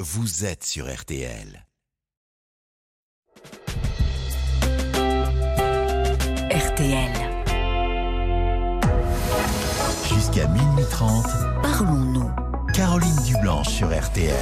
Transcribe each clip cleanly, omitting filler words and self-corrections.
vous êtes sur RTL. RTL. Jusqu'à minuit 30, Parlons-nous. Caroline Dublanche sur RTL.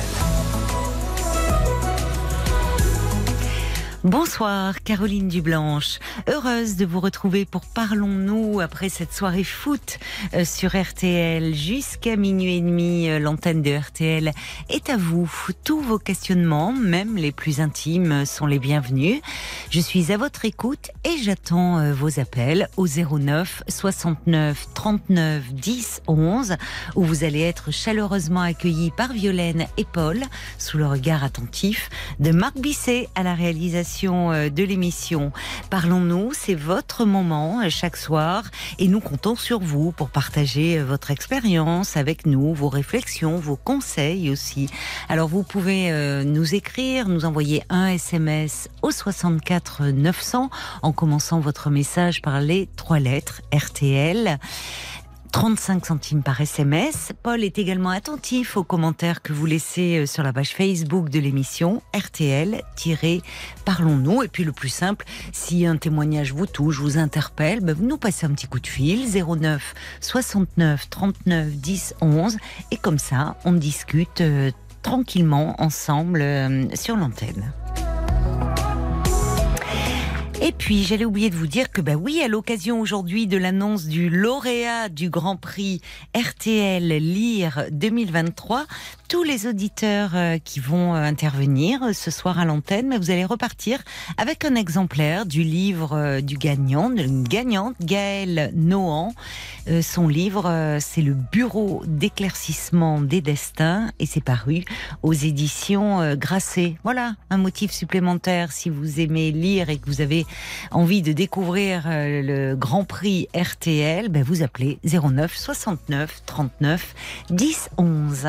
Bonsoir, Caroline Dublanche. Heureuse de vous retrouver pour Parlons-nous après cette soirée foot sur RTL. Jusqu'à minuit et demi, l'antenne de RTL est à vous. Tous vos questionnements, même les plus intimes, sont les bienvenus. Je suis à votre écoute et j'attends vos appels au 09 69 39 10 11 où vous allez être chaleureusement accueillis par Violaine et Paul sous le regard attentif de Marc Bisset à la réalisation de l'émission. Parlons-nous, c'est votre moment chaque soir et nous comptons sur vous pour partager votre expérience avec nous, vos réflexions, vos conseils aussi. Alors vous pouvez nous écrire, nous envoyer un SMS au 64 900 en commençant votre message par les 3 lettres RTL. 35 centimes par SMS. Paul est également attentif aux commentaires que vous laissez sur la page Facebook de l'émission RTL-Parlons-nous. Et puis le plus simple, si un témoignage vous touche, vous interpelle, vous nous passez un petit coup de fil 09 69 39 10 11 et comme ça on discute tranquillement ensemble sur l'antenne. Et puis, j'allais oublier de vous dire que, oui, à l'occasion aujourd'hui de l'annonce du lauréat du Grand Prix RTL Lire 2023, tous les auditeurs qui vont intervenir ce soir à l'antenne, vous allez repartir avec un exemplaire du livre du gagnant, d'une gagnante, Gaëlle Nohan. Son livre, c'est le Bureau d'éclaircissement des destins et c'est paru aux éditions Grasset. Voilà, un motif supplémentaire si vous aimez lire et que vous avez envie de découvrir le Grand Prix RTL, vous appelez 09 69 39 10 11.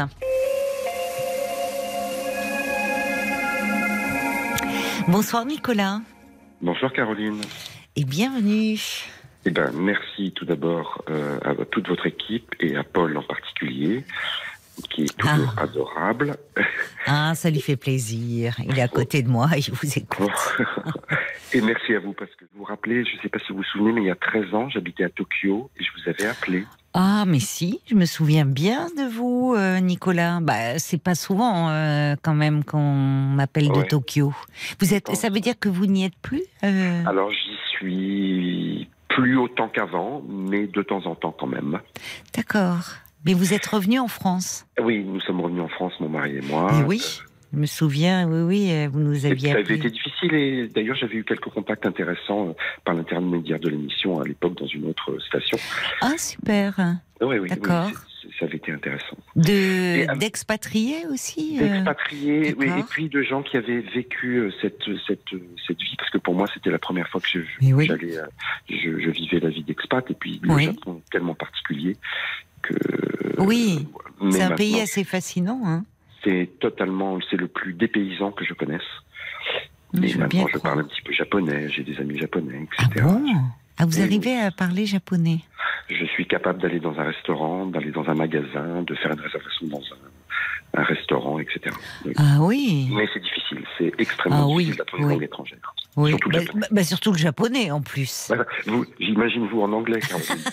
Bonsoir Nicolas. Bonsoir Caroline. Et bienvenue. Merci tout d'abord à toute votre équipe et à Paul en particulier, qui est toujours adorable. Ah, ça lui fait plaisir. Il est à côté de moi et il vous écoute. Et merci à vous, parce que vous vous rappelez, je ne sais pas si vous vous souvenez, mais il y a 13 ans, j'habitais à Tokyo et je vous avais appelé. Ah, mais si, je me souviens bien de vous, Nicolas. C'est pas souvent, quand même, qu'on m'appelle de Tokyo. Ça veut dire que vous n'y êtes plus Alors, j'y suis plus autant qu'avant, mais de temps en temps quand même. D'accord. Mais vous êtes revenu en France ? Oui, nous sommes revenus en France, mon mari et moi. Et oui, je me souviens, oui, vous nous aviez appelé. Ça avait été difficile et d'ailleurs j'avais eu quelques contacts intéressants par l'intermédiaire de l'émission à l'époque dans une autre station. Ah, super. Oui, d'accord. Oui, ça avait été intéressant. D'expatriés aussi D'expatriés, oui, et puis de gens qui avaient vécu cette vie, parce que pour moi c'était la première fois que je vivais la vie d'expat, et puis le Japon est tellement particulier que... Oui, c'est un pays assez fascinant, hein. C'est le plus dépaysant que je connaisse. Et maintenant je parle un petit peu japonais, j'ai des amis japonais, etc. Ah bon ? Vous arrivez à parler japonais ? Je suis capable d'aller dans un restaurant, d'aller dans un magasin, de faire une réservation dans un restaurant, etc. Donc, ah oui. Mais c'est difficile, c'est extrêmement difficile d'apprendre une langue étrangère. Oui. Surtout le japonais en plus. Voilà. J'imagine vous en anglais.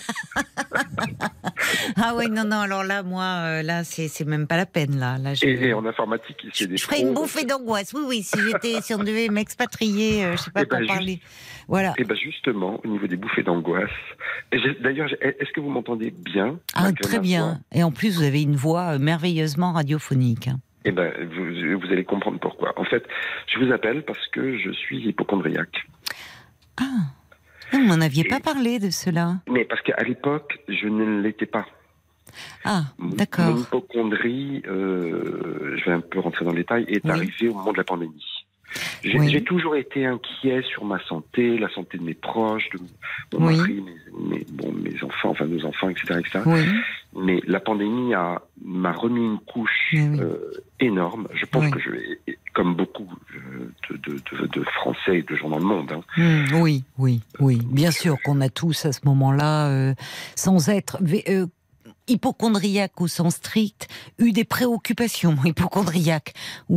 Ah oui, non, alors là, moi, c'est même pas la peine. Là, et en informatique, c'est des je ferais une bouffée d'angoisse, oui, si on devait m'expatrier, je sais pas quoi parler. Voilà. Et justement, au niveau des bouffées d'angoisse, d'ailleurs, est-ce que vous m'entendez bien ? Ah, très bien. Et en plus, vous avez une voix merveilleusement radiophonique. Vous allez comprendre pourquoi. En fait, je vous appelle parce que je suis hypocondriaque. Ah, vous m'en aviez pas parlé de cela. Mais parce qu'à l'époque, je ne l'étais pas. Ah, d'accord. Mon hypocondrie, je vais un peu rentrer dans le détail, est arrivée au moment de la pandémie. J'ai toujours été inquiet sur ma santé, la santé de mes proches, de mon mari, mes enfants, enfin nos enfants, etc. Oui. Mais la pandémie m'a remis une couche énorme. Je pense que comme beaucoup de Français et de gens dans le monde. Hein. Oui. Bien sûr qu'on a tous à ce moment-là, sans être... hypochondriaque au sens strict, eu des préoccupations hypochondriaques,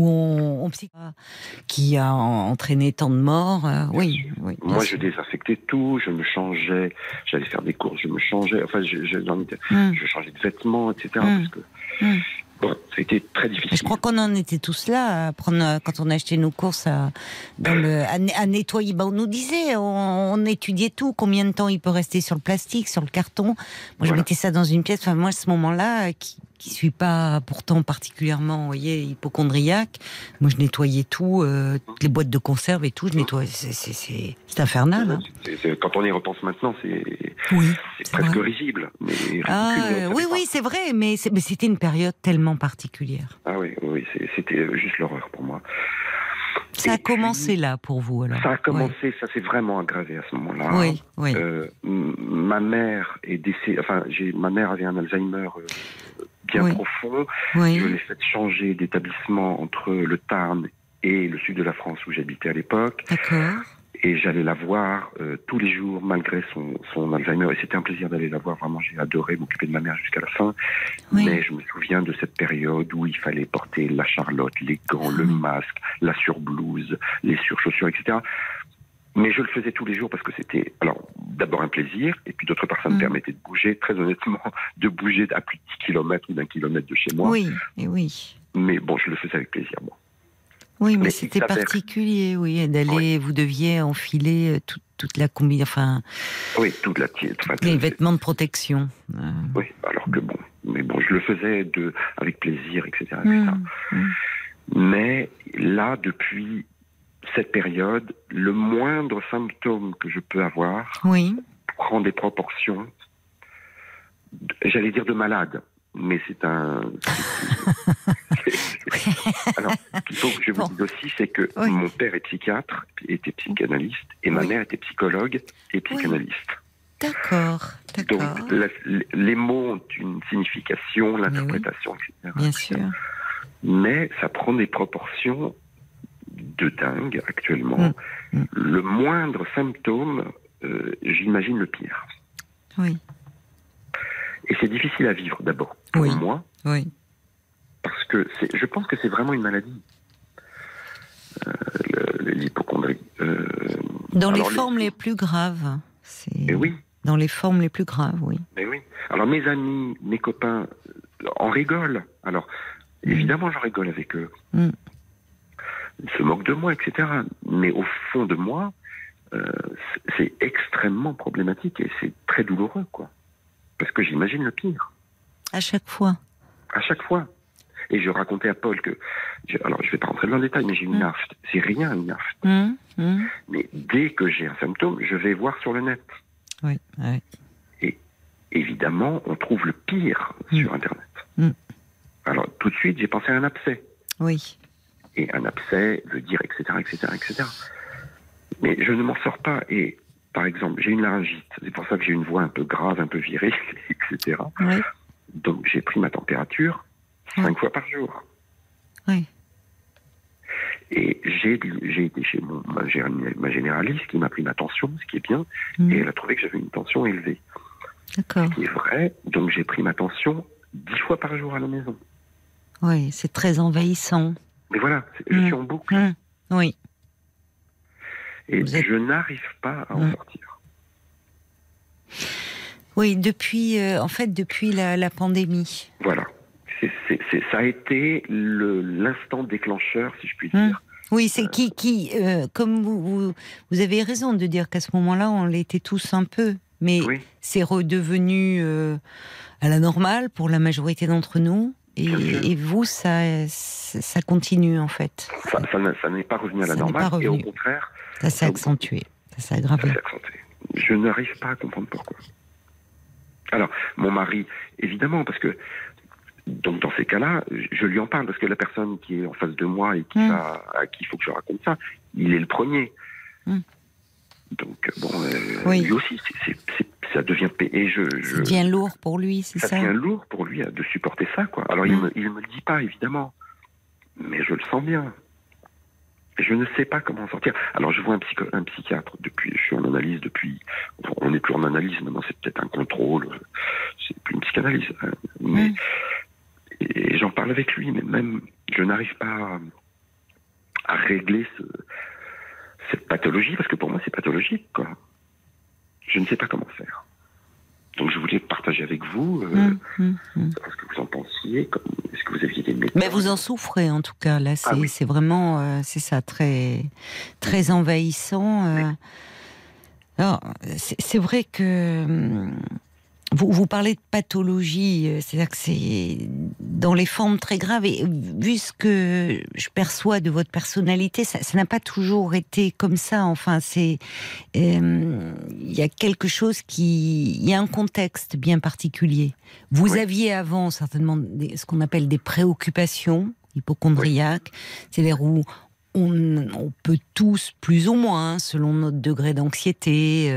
qui a entraîné tant de morts. Oui. Moi, je désinfectais tout, je me changeais, j'allais faire des courses, je me changeais, enfin, je changeais de vêtements, etc. Parce que, bon, ça a été très difficile. Je crois qu'on en était tous là, à prendre, quand on achetait nos courses, à nettoyer. On nous disait, on étudiait tout, combien de temps il peut rester sur le plastique, sur le carton. Moi, je mettais ça dans une pièce. Enfin, moi, à ce moment-là, qui suis pas pourtant particulièrement, vous voyez, hypochondriaque, moi, je nettoyais tout, toutes les boîtes de conserve et tout, je nettoyais. C'est infernal. Hein. Quand on y repense maintenant, c'est presque risible. Oui, c'est vrai, mais c'était une période tellement particulière. Ah oui, c'était juste l'horreur pour moi. Ça a commencé là pour vous, alors? Ça a commencé, ça s'est vraiment aggravé à ce moment-là. Oui. Ma mère est décédée, ma mère avait un Alzheimer bien profond. Oui. Je l'ai fait changer d'établissement entre le Tarn et le sud de la France où j'habitais à l'époque. D'accord. Et j'allais la voir tous les jours malgré son Alzheimer. Et c'était un plaisir d'aller la voir. Vraiment, j'ai adoré m'occuper de ma mère jusqu'à la fin. Oui. Mais je me souviens de cette période où il fallait porter la charlotte, les gants, le masque, la surblouse, les surchaussures, etc. Mais je le faisais tous les jours parce que c'était, d'abord un plaisir, et puis d'autre part, ça me permettait de bouger, très honnêtement, de bouger à plus de 10 km ou d'1 kilomètre de chez moi. Oui, et oui. Mais bon, je le faisais avec plaisir, moi. Oui, mais c'était particulier, vous deviez enfiler toute la combinaison, oui, toute la les vêtements de protection. Oui, alors que je le faisais avec plaisir, etc. Mais là, depuis cette période, le moindre symptôme que je peux avoir prend des proportions, j'allais dire de malade, mais c'est un... Alors, ce qu'il faut que je vous dise aussi, c'est que mon père est psychiatre, était psychanalyste, et ma mère était psychologue et psychanalyste. D'accord. Donc, les mots ont une signification, l'interprétation, etc. Bien sûr. Mais ça prend des proportions de dingue actuellement. Le moindre symptôme, j'imagine le pire. Oui. Et c'est difficile à vivre d'abord pour moi. Oui. Parce que je pense que c'est vraiment une maladie, l'hypochondrie. Dans les formes les plus graves. Oui. Dans les formes les plus graves, oui. Mais oui. Alors mes amis, mes copains en rigolent. Alors évidemment, j'en rigole avec eux. Ils se moquent de moi, etc. Mais au fond de moi, c'est extrêmement problématique et c'est très douloureux, quoi. Parce que j'imagine le pire. À chaque fois. À chaque fois. Et je racontais à Paul que... Alors, je ne vais pas rentrer dans le détail, mais j'ai une afte. C'est rien, une afte. Mais dès que j'ai un symptôme, je vais voir sur le net. Oui. Et évidemment, on trouve le pire sur Internet. Alors, tout de suite, j'ai pensé à un abcès. Oui. Et un abcès veut dire, etc. Mais je ne m'en sors pas. Et, par exemple, j'ai une laryngite. C'est pour ça que j'ai une voix un peu grave, un peu virile, etc. Oui. Donc, j'ai pris ma température 5 fois par jour. Oui. Et j'ai été chez ma généraliste qui m'a pris ma tension, ce qui est bien, et elle a trouvé que j'avais une tension élevée. D'accord. Ce qui est vrai, donc j'ai pris ma tension 10 fois par jour à la maison. Oui, c'est très envahissant. Mais voilà, je suis en boucle. Oui. Et je n'arrive pas à en sortir. Oui, depuis la pandémie. Voilà. Ça a été l'instant déclencheur, si je puis dire. Oui, c'est comme vous avez raison de dire qu'à ce moment-là, on l'était tous un peu, mais c'est redevenu à la normale pour la majorité d'entre nous. Et vous, ça continue en fait. Ça n'est pas revenu à la normale, et au contraire... Ça s'est accentué, ça s'est aggravé. Je n'arrive pas à comprendre pourquoi. Alors, mon mari, évidemment, parce que donc dans ces cas-là, je lui en parle, parce que la personne qui est en face de moi et à qui il faut que je raconte ça, il est le premier. Donc, lui aussi, ça devient... Ça devient lourd pour lui, c'est ça? Ça devient lourd pour lui de supporter ça, quoi. Alors, il ne me le dit pas, évidemment, mais je le sens bien. Je ne sais pas comment sortir. Alors, je vois un psychiatre je suis en analyse depuis... On n'est plus en analyse, maintenant c'est peut-être un contrôle, c'est plus une psychanalyse. Hein, mais et j'en parle avec lui, mais même je n'arrive pas à régler cette pathologie, parce que pour moi c'est pathologique, quoi. Je ne sais pas comment faire. Donc je voulais partager avec vous ce que vous en pensiez, est-ce que vous aviez des méthodes. Mais vous en souffrez en tout cas, là c'est vraiment, c'est ça, très, très envahissant. Oui. Alors, c'est vrai que vous parlez de pathologie, c'est-à-dire que c'est dans les formes très graves, et vu ce que je perçois de votre personnalité, ça n'a pas toujours été comme ça. Enfin, il y a quelque chose il y a un contexte bien particulier. Vous aviez avant certainement ce qu'on appelle des préoccupations hypocondriaques, c'est-à-dire où on peut tous, plus ou moins, selon notre degré d'anxiété,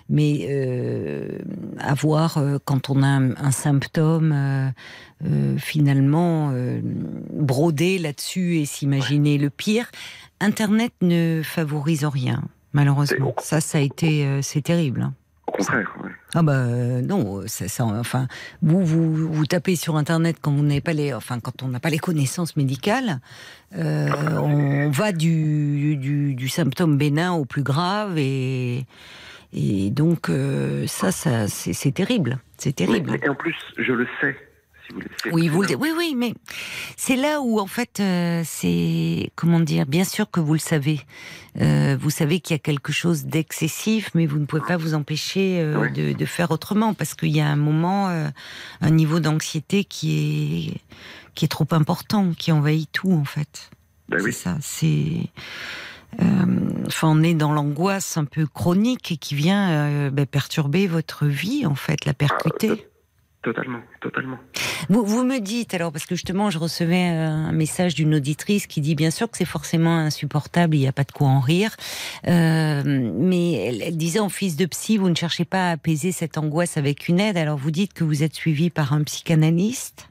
avoir, quand on a un symptôme, finalement, broder là-dessus et s'imaginer le pire. Internet ne favorise rien, malheureusement. Ça a été, c'est terrible. Hein. Au contraire, oui. Ah non, enfin, vous tapez sur Internet quand quand on n'a pas les connaissances médicales, on va du symptôme bénin au plus grave et donc ça c'est terrible, c'est terrible. Mais en plus, je le sais. Oui, oui, mais c'est là où en fait c'est, comment dire, bien sûr que vous le savez. Vous savez qu'il y a quelque chose d'excessif, mais vous ne pouvez pas vous empêcher de faire autrement, parce qu'il y a un moment, un niveau d'anxiété qui est trop important, qui envahit tout en fait. C'est ça, c'est. On est dans l'angoisse un peu chronique et qui vient perturber votre vie en fait, la percuter. Totalement. Vous me dites, alors, parce que justement, je recevais un message d'une auditrice qui dit, bien sûr que c'est forcément insupportable, il n'y a pas de quoi en rire, mais elle disait, en fils de psy, vous ne cherchez pas à apaiser cette angoisse avec une aide, alors vous dites que vous êtes suivi par un psychanalyste ?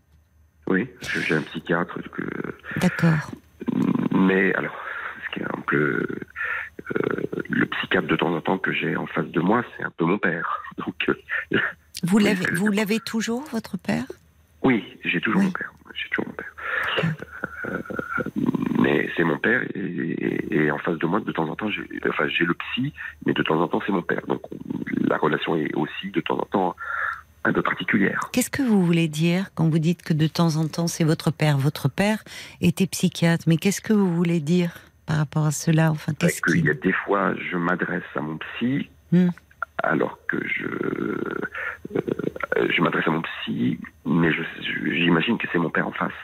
Oui, j'ai un psychiatre. D'accord. Mais alors, ce qui est un peu... le psychiatre de temps en temps que j'ai en face de moi, c'est un peu mon père. Donc... Vous l'avez toujours, votre père ? Oui, j'ai toujours mon père. Mais c'est mon père, et en face de moi, de temps en temps, j'ai le psy, mais de temps en temps, c'est mon père. Donc la relation est aussi, de temps en temps, un peu particulière. Qu'est-ce que vous voulez dire quand vous dites que de temps en temps, c'est votre père ? Votre père était psychiatre, mais qu'est-ce que vous voulez dire par rapport à cela ? Enfin, qu'il y a des fois, je m'adresse à mon psy, alors que je m'adresse à mon psy, mais j'imagine que c'est mon père en face.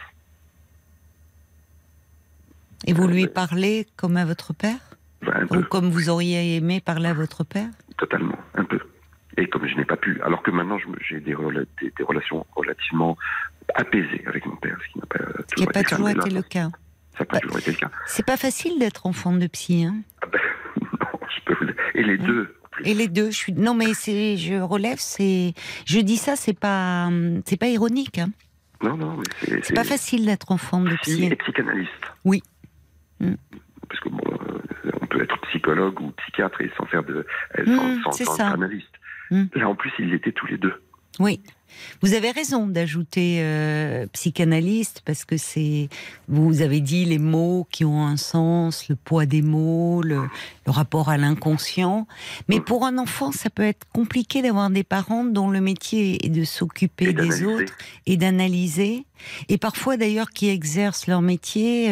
Et vous lui parlez comme à votre père ? Ou comme vous auriez aimé parler à votre père ? Totalement, un peu. Et comme je n'ai pas pu, alors que maintenant j'ai des relations relativement apaisées avec mon père, ce qui n'a pas toujours été le cas. Ça n'a pas toujours été le cas. C'est pas facile d'être enfant de psy, hein ? Non, je peux vous dire. Et les deux. Et les deux, non mais je relève, je dis ça, c'est pas ironique, hein. Non, mais c'est pas facile d'être enfant de psy. Et psychanalyste. Oui. Parce que on peut être psychologue ou psychiatre et sans faire sans être analyste. Là en plus, ils étaient tous les deux. Oui. Vous avez raison d'ajouter psychanalyste, parce que vous avez dit les mots qui ont un sens, le poids des mots, le rapport à l'inconscient. Mais pour un enfant, ça peut être compliqué d'avoir des parents dont le métier est de s'occuper des autres et d'analyser. Et parfois d'ailleurs qui exercent leur métier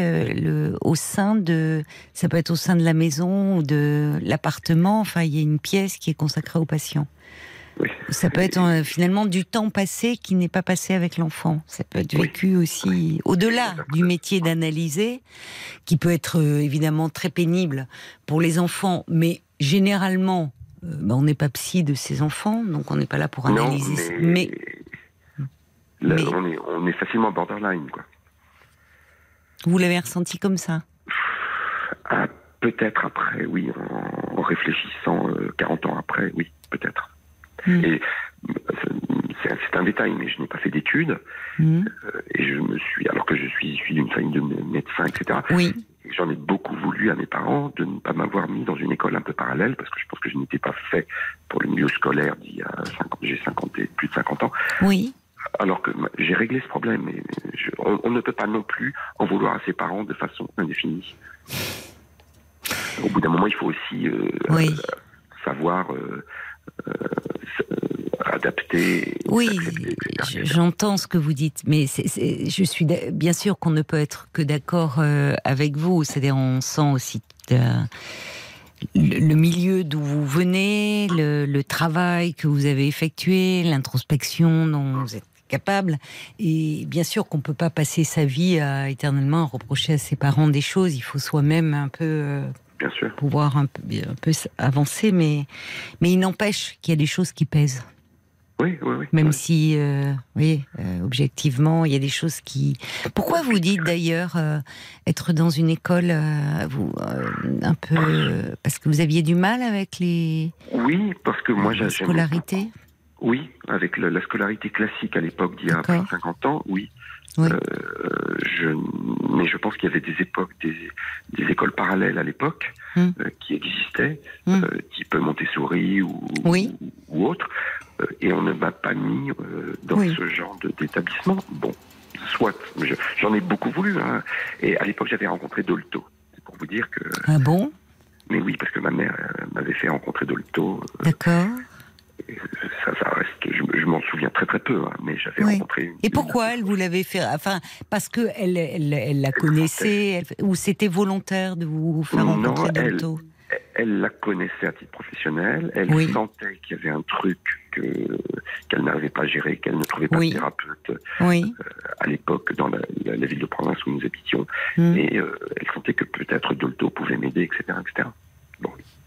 ça peut être au sein de la maison ou de l'appartement. Enfin, il y a une pièce qui est consacrée aux patients. Oui. Ça peut être finalement du temps passé qui n'est pas passé avec l'enfant. Ça peut être vécu aussi au-delà du métier d'analyser, qui peut être évidemment très pénible pour les enfants, mais généralement, on n'est pas psy de ces enfants, donc on n'est pas là pour analyser. Non, on est facilement borderline, quoi. Vous l'avez ressenti comme ça ? Peut-être après, oui, en réfléchissant 40 ans après, oui, peut-être. Et c'est un détail, mais je n'ai pas fait d'études. Et alors que je suis issu d'une famille de médecins, etc. Oui. Et j'en ai beaucoup voulu voulu à mes parents de ne pas m'avoir mis dans une école un peu parallèle, parce que je pense que je n'étais pas fait pour le milieu scolaire d'il y a plus de 50 ans. Oui. Alors que j'ai réglé ce problème. Et on ne peut pas non plus en vouloir à ses parents de façon indéfinie. Au bout d'un moment, il faut aussi savoir adapter. Oui, j'entends ce que vous dites, mais je suis bien sûr qu'on ne peut être que d'accord avec vous. C'est-à-dire, on sent aussi le milieu d'où vous venez, le travail que vous avez effectué, l'introspection dont vous êtes capable. Et bien sûr qu'on ne peut pas passer sa vie éternellement à reprocher à ses parents des choses. Il faut soi-même un peu bien sûr pouvoir un peu avancer, mais il n'empêche qu'il y a des choses qui pèsent. Oui. Même si, objectivement, il y a des choses qui... Pourquoi vous dites d'ailleurs être dans une école, un peu... parce que vous aviez du mal avec les... Oui, parce que moi, la scolarité. Oui, avec la scolarité classique à l'époque d'il y a plus de 50 ans, oui. Oui. Mais je pense qu'il y avait des écoles parallèles à l'époque qui existaient, type Montessori ou autre, et on ne m'a pas mis dans ce genre d'établissement. Bon, soit, j'en ai beaucoup voulu, hein, et à l'époque j'avais rencontré Dolto, c'est pour vous dire que... Ah bon ? Mais oui, parce que ma mère m'avait fait rencontrer Dolto. D'accord. Ça reste, je m'en souviens très très peu, hein, mais j'avais rencontré. Et pourquoi elle vous l'avait fait ? Enfin, parce que elle la connaissait, ou c'était volontaire de vous faire rencontrer Dolto ? Elle la connaissait à titre professionnel. Elle sentait qu'il y avait un truc qu'elle n'arrivait pas à gérer, qu'elle ne trouvait pas de thérapeute à l'époque dans la ville de province où nous habitions, et elle sentait que peut-être Dolto pouvait m'aider, etc., etc. Bon.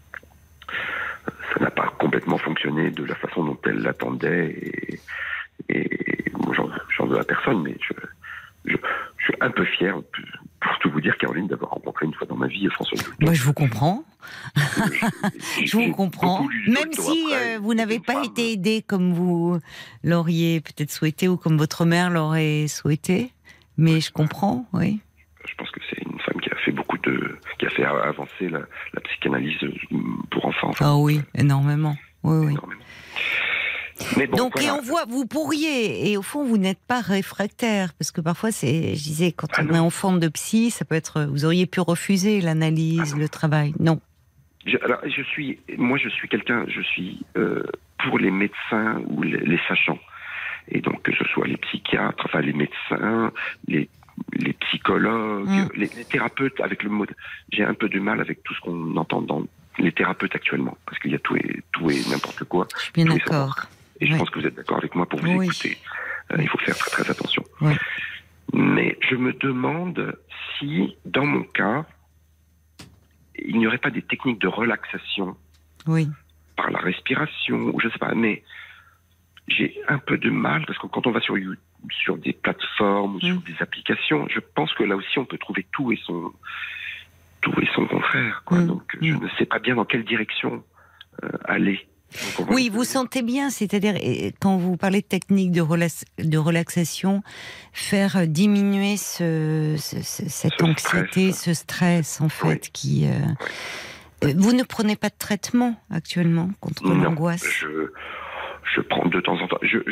Ça n'a pas complètement fonctionné de la façon dont elle l'attendait, et moi, j'en veux à personne, mais je suis un peu fier, pour tout vous dire, Caroline, d'avoir rencontré une fois dans ma vie François Dolto. Moi, je vous comprends. Je vous comprends. Même si vous n'avez pas été aidé comme vous l'auriez peut-être souhaité, ou comme votre mère l'aurait souhaité, mais je comprends, oui. Je pense que c'est une femme qui a fait qui a fait avancer la psychanalyse pour enfants. Ah oui, énormément. Oui. Énormément. Mais bon, donc, voilà. et on voit, vous pourriez, et au fond, vous n'êtes pas réfractaire, parce que parfois, je disais, quand on est en forme de psy, ça peut être, vous auriez pu refuser l'analyse, le travail. Non. Je suis quelqu'un, pour les médecins ou les sachants. Et donc, que ce soit les psychiatres, enfin, les médecins, les psychologues, les thérapeutes, avec le mot. J'ai un peu de mal avec tout ce qu'on entend dans les thérapeutes actuellement, parce qu'il y a tout et n'importe quoi. Je suis bien d'accord. Et je pense que vous êtes d'accord avec moi pour vous écouter. Il faut faire très très attention. Oui. Mais je me demande si, dans mon cas, il n'y aurait pas des techniques de relaxation par la respiration, ou je ne sais pas, mais j'ai un peu de mal, parce que quand on va sur des plateformes ou sur des applications, je pense que là aussi on peut trouver tout et son contraire, quoi. Donc je ne sais pas bien dans quelle direction aller. Oui, vous sentez bien, c'est-à-dire quand vous parlez de technique de relaxation, faire diminuer cette anxiété, ce stress en fait qui. Vous ne prenez pas de traitement actuellement contre l'angoisse ? Je prends de temps en temps. Je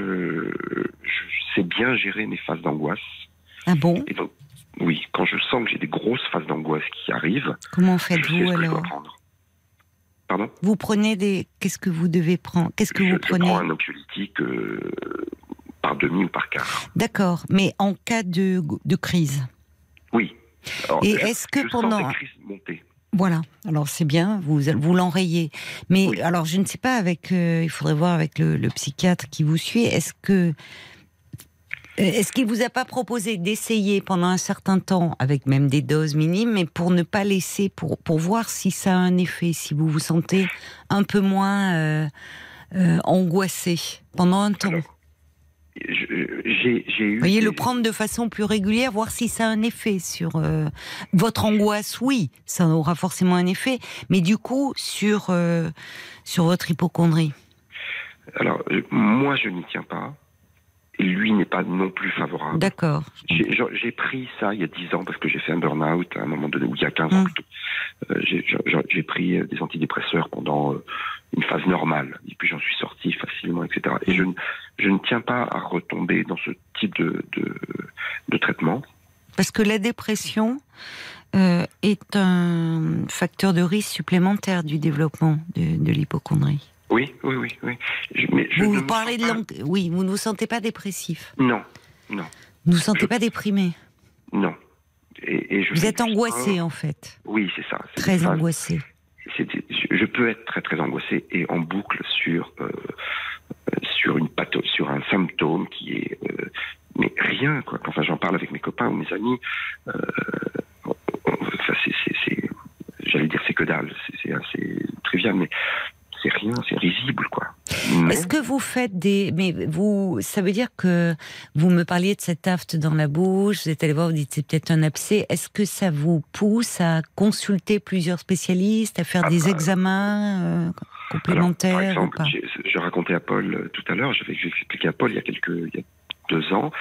sais bien gérer mes phases d'angoisse. Ah bon ? Et donc, oui, quand je sens que j'ai des grosses phases d'angoisse qui arrivent. Comment faites-vous alors ? Je dois prendre. Pardon ? Vous prenez qu'est-ce que vous devez prendre ? Qu'est-ce que vous prenez ? Je prends un anxiolytique par demi ou par quart. D'accord, mais en cas de crise. Oui. Alors, et est-ce que pendant sens ces crises monter. Voilà, alors c'est bien, vous l'enrayez. Mais alors je ne sais pas, il faudrait voir avec le psychiatre qui vous suit, est-ce qu'il vous a pas proposé d'essayer pendant un certain temps, avec même des doses minimes, mais pour ne pas laisser, pour voir si ça a un effet, si vous vous sentez un peu moins angoissé pendant un temps. Alors, j'ai eu. Vous voyez, le prendre de façon plus régulière, voir si ça a un effet sur votre angoisse. Oui, ça aura forcément un effet, mais du coup sur votre hypocondrie. Alors moi, je n'y tiens pas. Et lui n'est pas non plus favorable. D'accord. J'ai pris ça il y a 10 ans parce que j'ai fait un burn-out à un moment donné, ou il y a 15 ans plutôt. J'ai pris des antidépresseurs pendant une phase normale, et puis j'en suis sorti facilement, etc. Et je ne tiens pas à retomber dans ce type de traitement. Parce que la dépression est un facteur de risque supplémentaire du développement de l'hypocondrie. Oui. Vous parlez de oui, vous ne vous sentez pas dépressif? Non. Vous ne vous sentez pas déprimé? Non. Vous êtes angoissé, en fait. Oui, c'est ça. Très angoissé. Je peux être très très angoissé et en boucle sur un symptôme qui est mais rien quoi. Enfin, j'en parle avec mes copains ou mes amis. J'allais dire c'est que dalle, c'est assez trivial, mais c'est rien, c'est risible quoi. Est-ce que vous faites ça veut dire que vous me parliez de cet aphte dans la bouche, vous êtes allé voir, vous dites c'est peut-être un abcès. Est-ce que ça vous pousse à consulter plusieurs spécialistes, à faire des examens complémentaires? Alors, par exemple, ou pas? je racontais à Paul tout à l'heure, j'ai expliqué à Paul il y a 2 ans,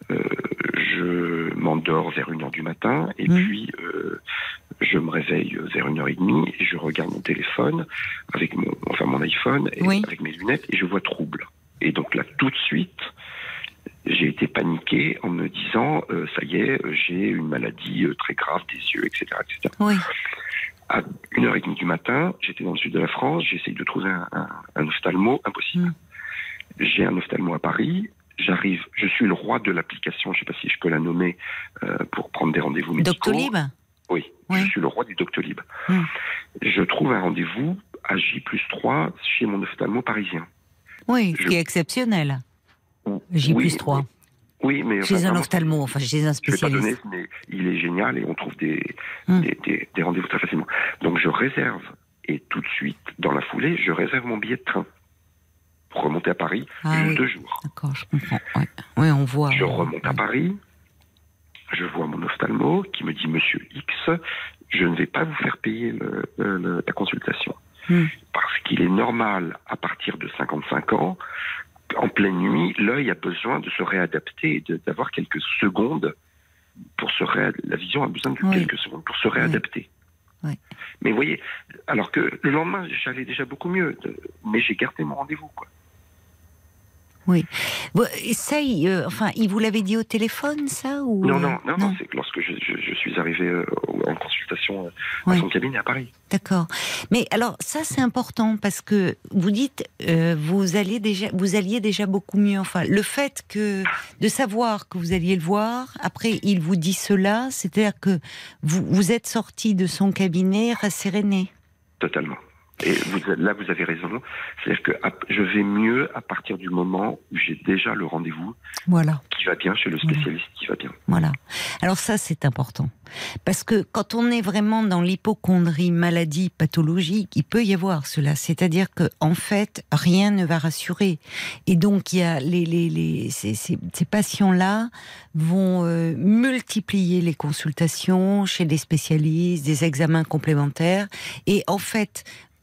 je m'endors vers 1h du matin et puis je me réveille vers 1h30 et je regarde mon téléphone avec mon iPhone et avec mes lunettes et je vois trouble. Et donc là, tout de suite, j'ai été paniqué en me disant ça y est, j'ai une maladie très grave des yeux, etc. Oui. À 1h30 du matin, j'étais dans le sud de la France, j'essaye de trouver un ophtalmo, impossible. J'ai un ophtalmo à Paris. J'arrive, je suis le roi de l'application, je ne sais pas si je peux la nommer, pour prendre des rendez-vous médicaux. Doctolib ? Oui, je suis le roi du Doctolib. Je trouve un rendez-vous à J+3 chez mon ophtalmo parisien. Oui, ce qui est exceptionnel. J+3. Oui, mais... Chez un ophtalmo, chez un spécialiste. Je ne vais pas donner, mais il est génial et on trouve des rendez-vous très facilement. Donc je réserve, et tout de suite, dans la foulée, je réserve mon billet de train. Pour remonter à Paris, 2 jours. D'accord, je comprends. Oui, on voit. Je remonte à Paris, je vois mon ophtalmo qui me dit « Monsieur X, je ne vais pas vous faire payer la consultation. Parce qu'il est normal, à partir de 55 ans, en pleine nuit, l'œil a besoin de se réadapter et d'avoir quelques secondes pour la vision a besoin de quelques secondes pour se réadapter. » Oui. Mais vous voyez, alors que le lendemain, j'allais déjà beaucoup mieux, mais j'ai gardé mon rendez-vous, quoi. Oui. Essaye, il vous l'avait dit au téléphone, ça ou... Non, c'est que lorsque je suis arrivé en consultation à son cabinet à Paris. D'accord. Mais alors, ça, c'est important, parce que vous dites, vous alliez déjà beaucoup mieux. Enfin, le fait de savoir que vous alliez le voir, après, il vous dit cela, c'est-à-dire que vous êtes sorti de son cabinet rasséréné. Totalement. Et là, vous avez raison. C'est-à-dire que je vais mieux à partir du moment où j'ai déjà le rendez-vous qui va bien chez le spécialiste qui va bien. Voilà. Alors ça, c'est important. Parce que quand on est vraiment dans l'hypocondrie, maladie pathologique, il peut y avoir cela. C'est-à-dire que en fait, rien ne va rassurer. Et donc, il y a ces patients-là vont multiplier les consultations chez des spécialistes, des examens complémentaires. Et en fait,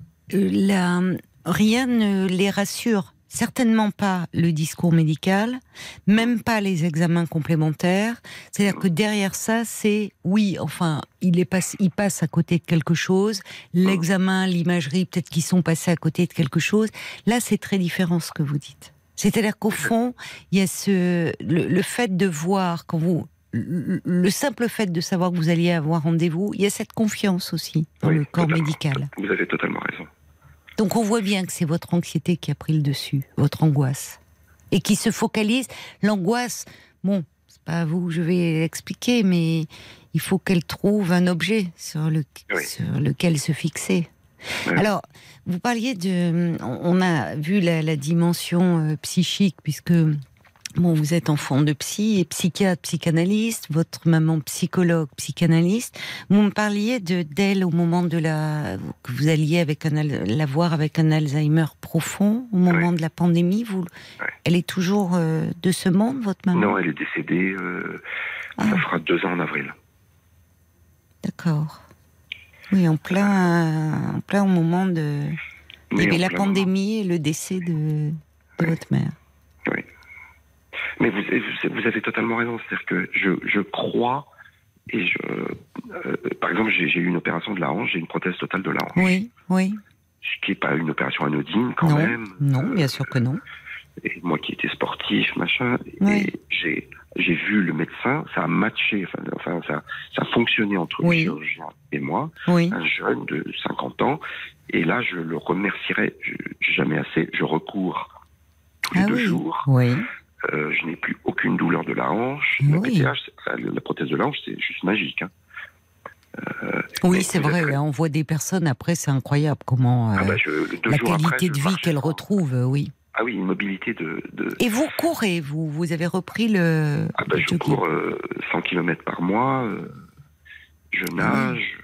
rien ne les rassure. Certainement pas le discours médical, même pas les examens complémentaires. C'est-à-dire que derrière ça, il passe à côté de quelque chose. L'examen, l'imagerie, peut-être qu'ils sont passés à côté de quelque chose. Là, c'est très différent ce que vous dites. C'est-à-dire qu'au fond, il y a le fait de voir le simple fait de savoir que vous alliez avoir rendez-vous, il y a cette confiance aussi dans le corps médical. Vous avez totalement raison. Donc on voit bien que c'est votre anxiété qui a pris le dessus, votre angoisse, et qui se focalise. L'angoisse, c'est pas à vous que je vais l'expliquer, mais il faut qu'elle trouve un objet sur lequel se fixer. Oui. Alors, vous parliez on a vu la dimension psychique, puisque vous êtes enfant de psy et psychiatre, psychanalyste, votre maman psychologue, psychanalyste. Vous me parliez d'elle au moment que vous alliez la voir avec un Alzheimer profond, au moment de la pandémie. Elle est toujours de ce monde, votre maman ? Non, elle est décédée, ça fera 2 ans en avril. D'accord. Oui, en plein au moment de... Il y avait la pandémie et le décès de votre mère. Oui. Mais vous avez totalement raison. C'est-à-dire que je crois Et par exemple, j'ai eu une opération de la hanche, j'ai une prothèse totale de la hanche. Oui, oui. Ce qui n'est pas une opération anodine quand même. Non, bien sûr que non. Et moi qui étais sportif, machin, Oui. et j'ai vu le médecin, ça a matché, enfin ça a fonctionné entre le chirurgien et moi, un jeune de 50 ans, et là je le remercierai jamais assez, je recours tous les 2 jours. Oui. Je n'ai plus aucune douleur de la hanche. La PTH, la prothèse de la hanche, c'est juste magique. Hein. Oui, c'est vrai. On voit des personnes après, c'est incroyable comment la qualité de vie qu'elles retrouvent. Oui. Ah oui, une mobilité de... Et vous courez, vous avez repris le... je cours 100 km par mois, je nage,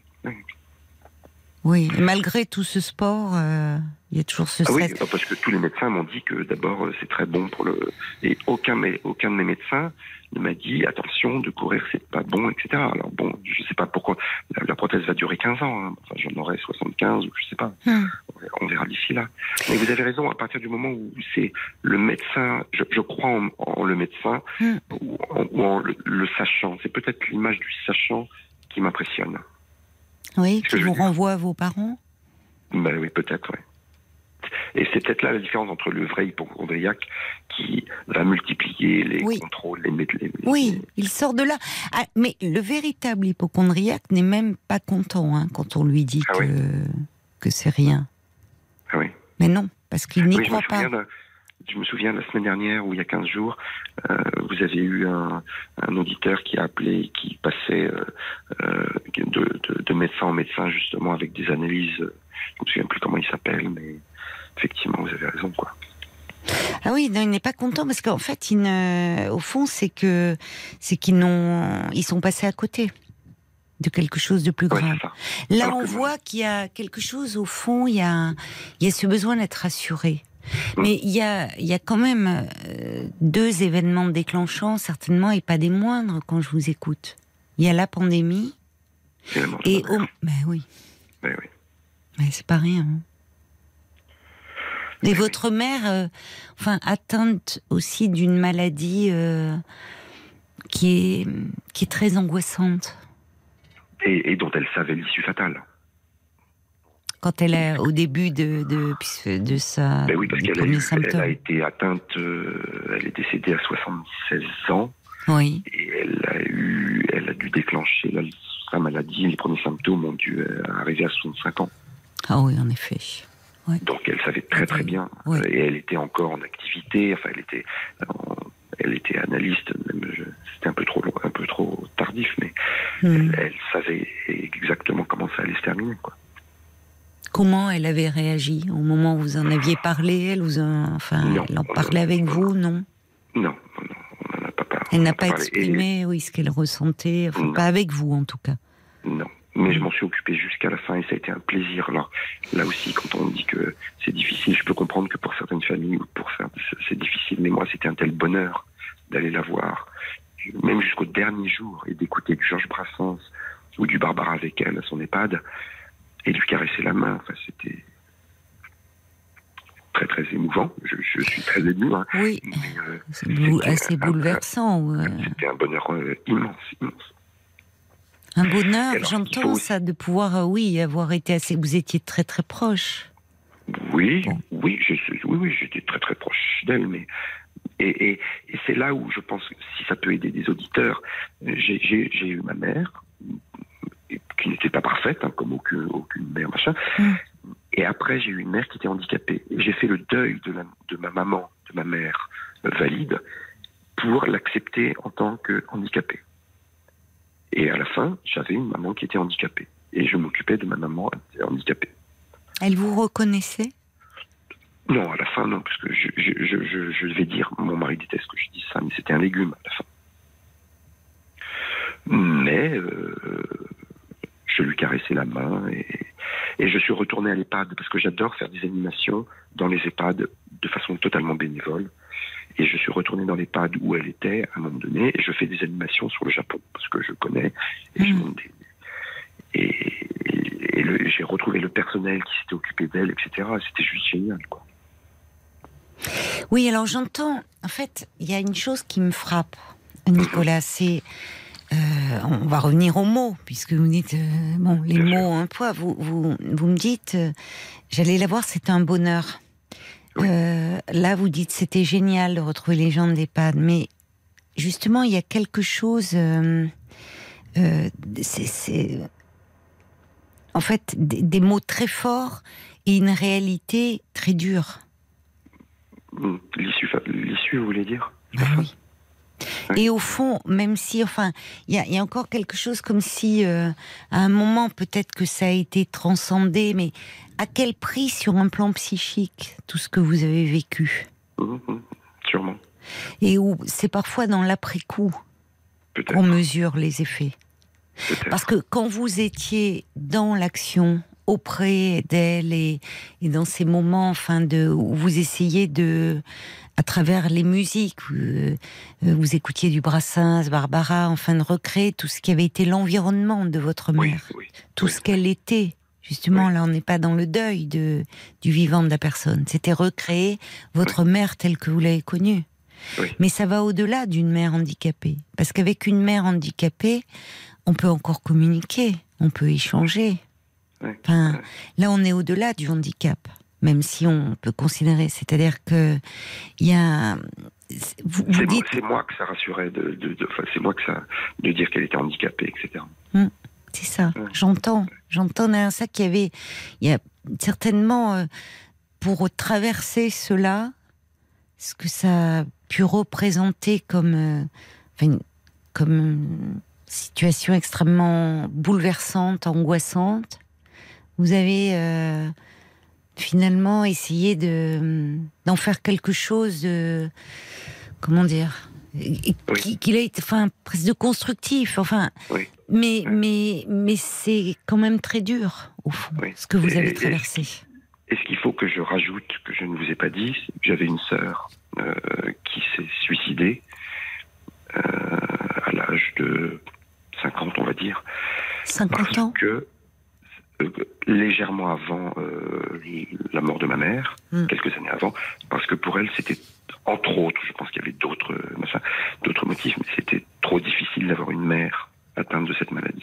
Oui, et malgré tout ce sport, il y a toujours ce stress. Oui, parce que tous les médecins m'ont dit que d'abord c'est très bon pour le... Et aucun de mes médecins ne m'a dit attention, de courir c'est pas bon, etc. Alors bon, je sais pas pourquoi. La prothèse va durer 15 ans, hein. Enfin, j'en aurai 75 ou je sais pas. On verra d'ici là. Mais vous avez raison, à partir du moment où c'est le médecin, je crois en le médecin ou en le sachant. C'est peut-être l'image du sachant qui m'impressionne. Oui, qui vous renvoie à vos parents ? Ben oui, peut-être, oui. Et c'est peut-être là la différence entre le vrai hypochondriaque qui va multiplier les contrôles, Oui, il sort de là. Ah, mais le véritable hypochondriaque n'est même pas content quand on lui dit que c'est rien. Ah oui. Mais non, parce qu'il n'y croit pas. Je me souviens, la semaine dernière, ou il y a 15 jours, vous avez eu un auditeur qui a appelé, qui passait de médecin en médecin, justement, avec des analyses. Je ne me souviens plus comment il s'appelle, mais effectivement, vous avez raison, quoi. Ah oui, non, il n'est pas content, parce qu'en fait, au fond, c'est qu'ils sont passés à côté de quelque chose de plus grave. Là, alors on voit qu'il y a quelque chose, au fond, il y a ce besoin d'être rassuré. Mais il y a quand même 2 événements déclenchants, certainement, et pas des moindres, quand je vous écoute. Il y a la pandémie, et... Ben oui. Ben oui. Mais c'est pas rien. Hein. Et votre mère, atteinte aussi d'une maladie qui est très angoissante. Et dont elle savait l'issue fatale. Quand elle est au début de sa oui, parce qu'elle a été atteinte, elle est décédée à 76 ans. Oui. Et elle a dû déclencher sa maladie. Les premiers symptômes ont dû arriver à 65 ans. Ah oui, en effet. Ouais. Donc elle savait très très bien. Oui. Et elle était encore en activité. Enfin, elle était analyste. C'était un peu trop tardif, mais elle savait exactement comment ça allait se terminer, quoi. Comment elle avait réagi au moment où vous en aviez parlé? Elle en parlait avec vous, non? Non, on n'en a pas parlé. Elle n'a pas exprimé ce qu'elle ressentait, pas avec vous en tout cas. Non, mais je m'en suis occupé jusqu'à la fin et ça a été un plaisir. Alors, là aussi, quand on dit que c'est difficile, je peux comprendre que pour certaines familles, c'est difficile, mais moi c'était un tel bonheur d'aller la voir, même jusqu'au dernier jour, et d'écouter du Georges Brassens ou du Barbara avec elle à son EHPAD, et lui caresser la main. Enfin, c'était très très émouvant. Je suis très ému. Hein. Oui, c'est assez bouleversant. C'était un bonheur immense. Un bonheur, j'entends ça, de pouvoir, avoir été assez... Vous étiez très très proche. Oui, j'étais très très proche d'elle, mais... Et c'est là où je pense que si ça peut aider des auditeurs, j'ai eu ma mère, qui n'était pas parfaite, comme aucune mère, machin. Et après, j'ai eu une mère qui était handicapée. Et j'ai fait le deuil de ma maman, de ma mère valide, pour l'accepter en tant que handicapée. Et à la fin, j'avais une maman qui était handicapée. Et je m'occupais de ma maman handicapée. Elle vous reconnaissait ? Non, à la fin, non, parce que je vais dire, mon mari déteste que je dise ça, mais c'était un légume à la fin. Mais je lui caressais la main et je suis retourné à l'EHPAD parce que j'adore faire des animations dans les EHPAD de façon totalement bénévole. Et je suis retourné dans l'EHPAD où elle était à un moment donné et je fais des animations sur le Japon parce que je connais et j'ai retrouvé le personnel qui s'était occupé d'elle, etc. C'était juste génial, quoi. Oui, alors j'entends. En fait, il y a une chose qui me frappe, Nicolas, c'est on va revenir aux mots, puisque vous dites, les mots ont un poids. Vous me dites, j'allais la voir, c'était un bonheur. Oui. Là, vous dites, c'était génial de retrouver les gens d'EHPAD, mais justement, il y a quelque chose... c'est en fait des mots très forts et une réalité très dure. L'issue, vous voulez dire? Oui. Et au fond, même si, il y a encore quelque chose comme si, à un moment, peut-être que ça a été transcendé, mais à quel prix sur un plan psychique, tout ce que vous avez vécu? Sûrement. Et où c'est parfois dans l'après-coup qu'on mesure les effets. Peut-être. Parce que quand vous étiez dans l'action, auprès d'elle et dans ces moments, où vous essayez à travers les musiques, vous écoutiez du Brassens, Barbara, de recréer tout ce qui avait été l'environnement de votre mère, tout ce qu'elle était. Justement, là, on n'est pas dans le deuil du vivant de la personne. C'était recréer votre mère telle que vous l'avez connue. Oui. Mais ça va au-delà d'une mère handicapée. Parce qu'avec une mère handicapée, on peut encore communiquer, on peut échanger. Là, on est au-delà du handicap, même si on peut considérer. C'est-à-dire que il y a. C'est moi que ça rassurait c'est moi que ça de dire qu'elle était handicapée, etc. C'est ça. J'entends derrière ça il y a certainement pour traverser cela, ce que ça a pu représenter comme une situation extrêmement bouleversante, angoissante. Vous avez finalement essayé d'en faire quelque chose de, comment dire, qu'il a été, presque de constructif. Mais c'est quand même très dur au fond, ce que vous avez traversé. Et ce qu'il faut que je rajoute, que je ne vous ai pas dit, c'est que j'avais une sœur qui s'est suicidée à l'âge de 50, on va dire. 50 ans. Parce que légèrement avant la mort de ma mère, quelques années avant, parce que pour elle, c'était, entre autres, je pense qu'il y avait d'autres motifs, mais c'était trop difficile d'avoir une mère atteinte de cette maladie.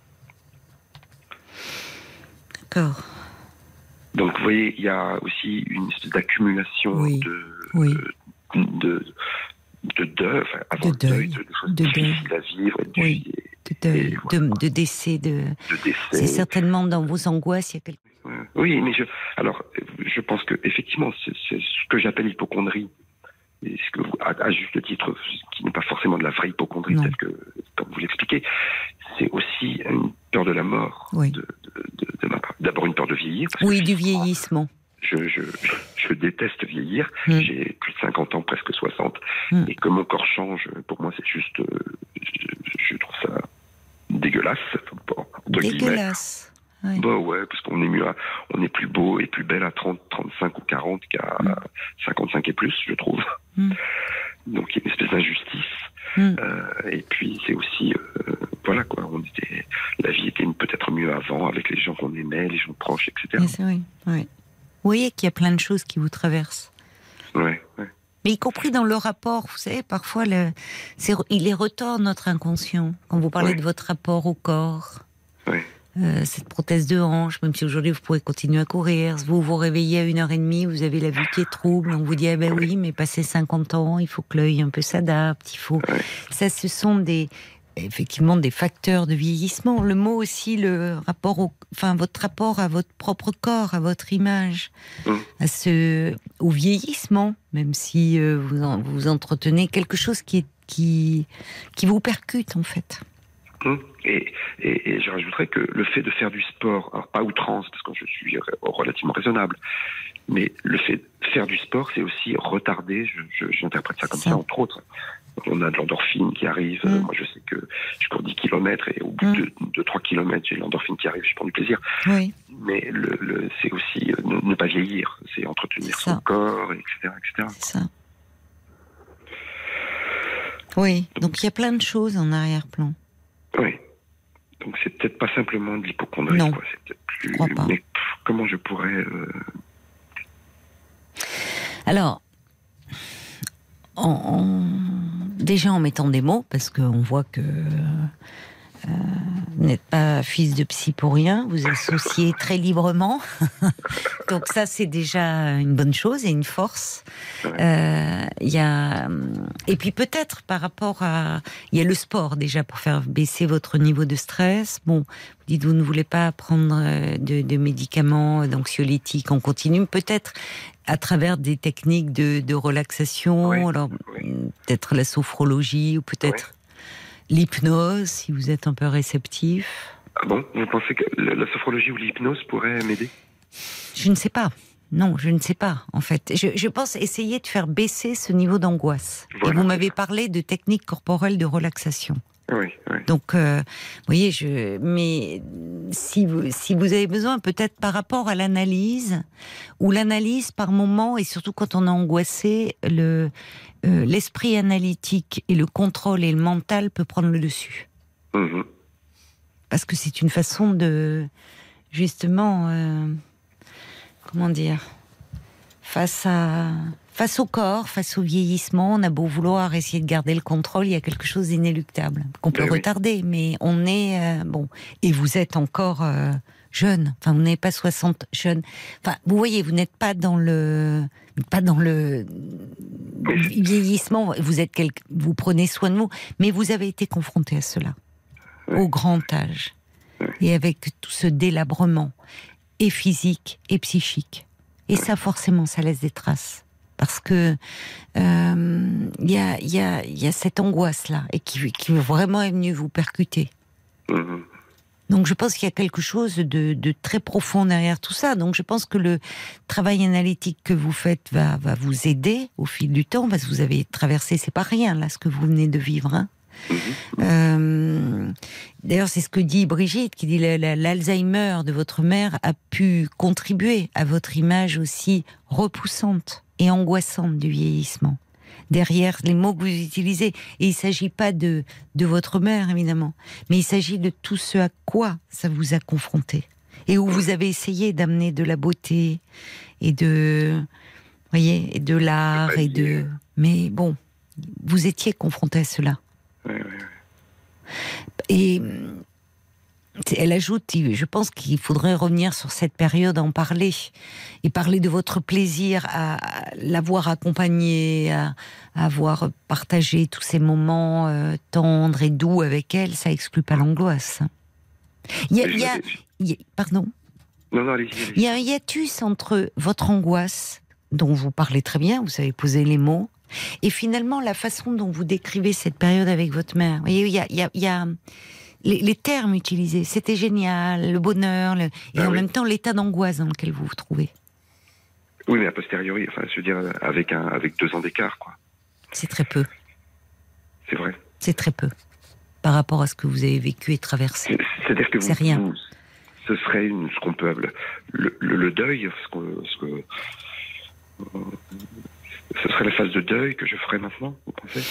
D'accord. Donc, vous voyez, il y a aussi une espèce d'accumulation de deuil, avant le deuil, de choses difficiles à vivre. De décès. C'est certainement dans vos angoisses, il y a quelque chose. Oui, mais je pense que effectivement, c'est ce que j'appelle l'hypocondrie. Et ce que à juste titre, qui n'est pas forcément de la vraie hypocondrie, peut-être que, comme vous l'expliquez, c'est aussi une peur de la mort de ma part. D'abord une peur de vieillir. Du vieillissement. Je déteste vieillir. J'ai plus de 50 ans, presque 60. Et que mon corps change, pour moi, c'est juste... je trouve ça dégueulasse. Dégueulasse. Parce qu'on est mieux, on est plus beau et plus belle à 30, 35 ou 40 qu'à 55 et plus, je trouve. Donc il y a une espèce d'injustice. Et puis c'est aussi, la vie était peut-être mieux avant, avec les gens qu'on aimait, les gens proches, etc. C'est vrai. Vous voyez qu'il y a plein de choses qui vous traversent. Mais y compris dans le rapport, vous savez, parfois, il est retort notre inconscient. Quand vous parlez de votre rapport au corps, cette prothèse de hanche, même si aujourd'hui vous pourrez continuer à courir, vous vous réveillez à 1h30, vous avez la vue qui est trouble, on vous dit, oui, mais passé 50 ans, il faut que l'œil un peu s'adapte, Ça, ce sont effectivement des facteurs de vieillissement. Le mot aussi, votre rapport à votre propre corps, à votre image, au vieillissement, même si vous entretenez quelque chose qui vous percute en fait. Et je rajouterais que le fait de faire du sport, alors pas outrance, parce que je suis relativement raisonnable, mais le fait de faire du sport, c'est aussi retarder, j'interprète ça comme ça, entre autres. On a de l'endorphine qui arrive, moi je sais que je cours 10 km et au bout de 3 km, j'ai l'endorphine qui arrive, je prends du plaisir. Mais c'est aussi ne pas vieillir, c'est entretenir son corps, etc. C'est ça. Donc il y a plein de choses en arrière-plan. Donc c'est peut-être pas simplement de l'hypocondrie, non, c'est peut-être plus... Je crois pas. Mais comment je pourrais... Alors, de Déjà en mettant des mots, parce qu'on voit que vous n'êtes pas fils de psy pour rien, vous associez très librement. Donc ça, c'est déjà une bonne chose et une force. Et puis peut-être par rapport à... Il y a le sport déjà pour faire baisser votre niveau de stress. Bon, vous dites vous ne voulez pas prendre de médicaments, d'anxiolytiques en continu. Peut-être à travers des techniques de relaxation, alors peut-être la sophrologie ou peut-être... l'hypnose, si vous êtes un peu réceptif. Ah bon? Vous pensez que la sophrologie ou l'hypnose pourrait m'aider? Je ne sais pas. Non, je ne sais pas, en fait. Je pense essayer de faire baisser ce niveau d'angoisse. Voilà. Et vous m'avez parlé de techniques corporelles de relaxation. Oui. Donc, vous voyez, mais si vous avez besoin, peut-être par rapport à l'analyse, ou l'analyse par moment, et surtout quand on est angoissé, l'esprit analytique et le contrôle et le mental peut prendre le dessus. Mmh. Parce que c'est une façon de, justement, comment dire, face au corps, face au vieillissement, on a beau vouloir essayer de garder le contrôle, il y a quelque chose d'inéluctable, qu'on peut retarder, mais on est... bon, et vous êtes encore jeune, enfin vous n'avez pas 60 jeunes, enfin vous voyez, vous n'êtes pas dans le vieillissement, vous prenez soin de vous, mais vous avez été confronté à cela, au grand âge, et avec tout ce délabrement, et physique, et psychique. Et ça, forcément, ça laisse des traces. Parce que y a cette angoisse-là, et qui vraiment est venue vous percuter. Donc je pense qu'il y a quelque chose de très profond derrière tout ça. Donc je pense que le travail analytique que vous faites va vous aider au fil du temps, parce que vous avez traversé, c'est pas rien là ce que vous venez de vivre. Hein. D'ailleurs c'est ce que dit Brigitte, qui dit l'Alzheimer de votre mère a pu contribuer à votre image aussi repoussante et angoissante du vieillissement. Derrière les mots que vous utilisez, et il ne s'agit pas de votre mère évidemment, mais il s'agit de tout ce à quoi ça vous a confronté, et où vous avez essayé d'amener de la beauté et de l'art mais bon, vous étiez confronté à cela. Et elle ajoute, je pense qu'il faudrait revenir sur cette période, en parler, et parler de votre plaisir à l'avoir accompagnée, à avoir partagé tous ces moments tendres et doux avec elle. Ça exclut pas l'angoisse. Pardon. Non, allez-y. Il y a un hiatus entre votre angoisse, dont vous parlez très bien, vous savez poser les mots, et finalement la façon dont vous décrivez cette période avec votre mère. Vous voyez, il y a les termes utilisés, c'était génial, le bonheur, et en même temps l'état d'angoisse dans lequel vous vous trouvez. Oui, mais a posteriori, enfin, je veux dire, avec 2 ans d'écart, quoi. C'est très peu. C'est vrai. C'est très peu, par rapport à ce que vous avez vécu et traversé. C'est-à-dire que c'est rien. Ce serait ce qu'on peut appeler le deuil, ce serait la phase de deuil que je ferais maintenant, vous pensez?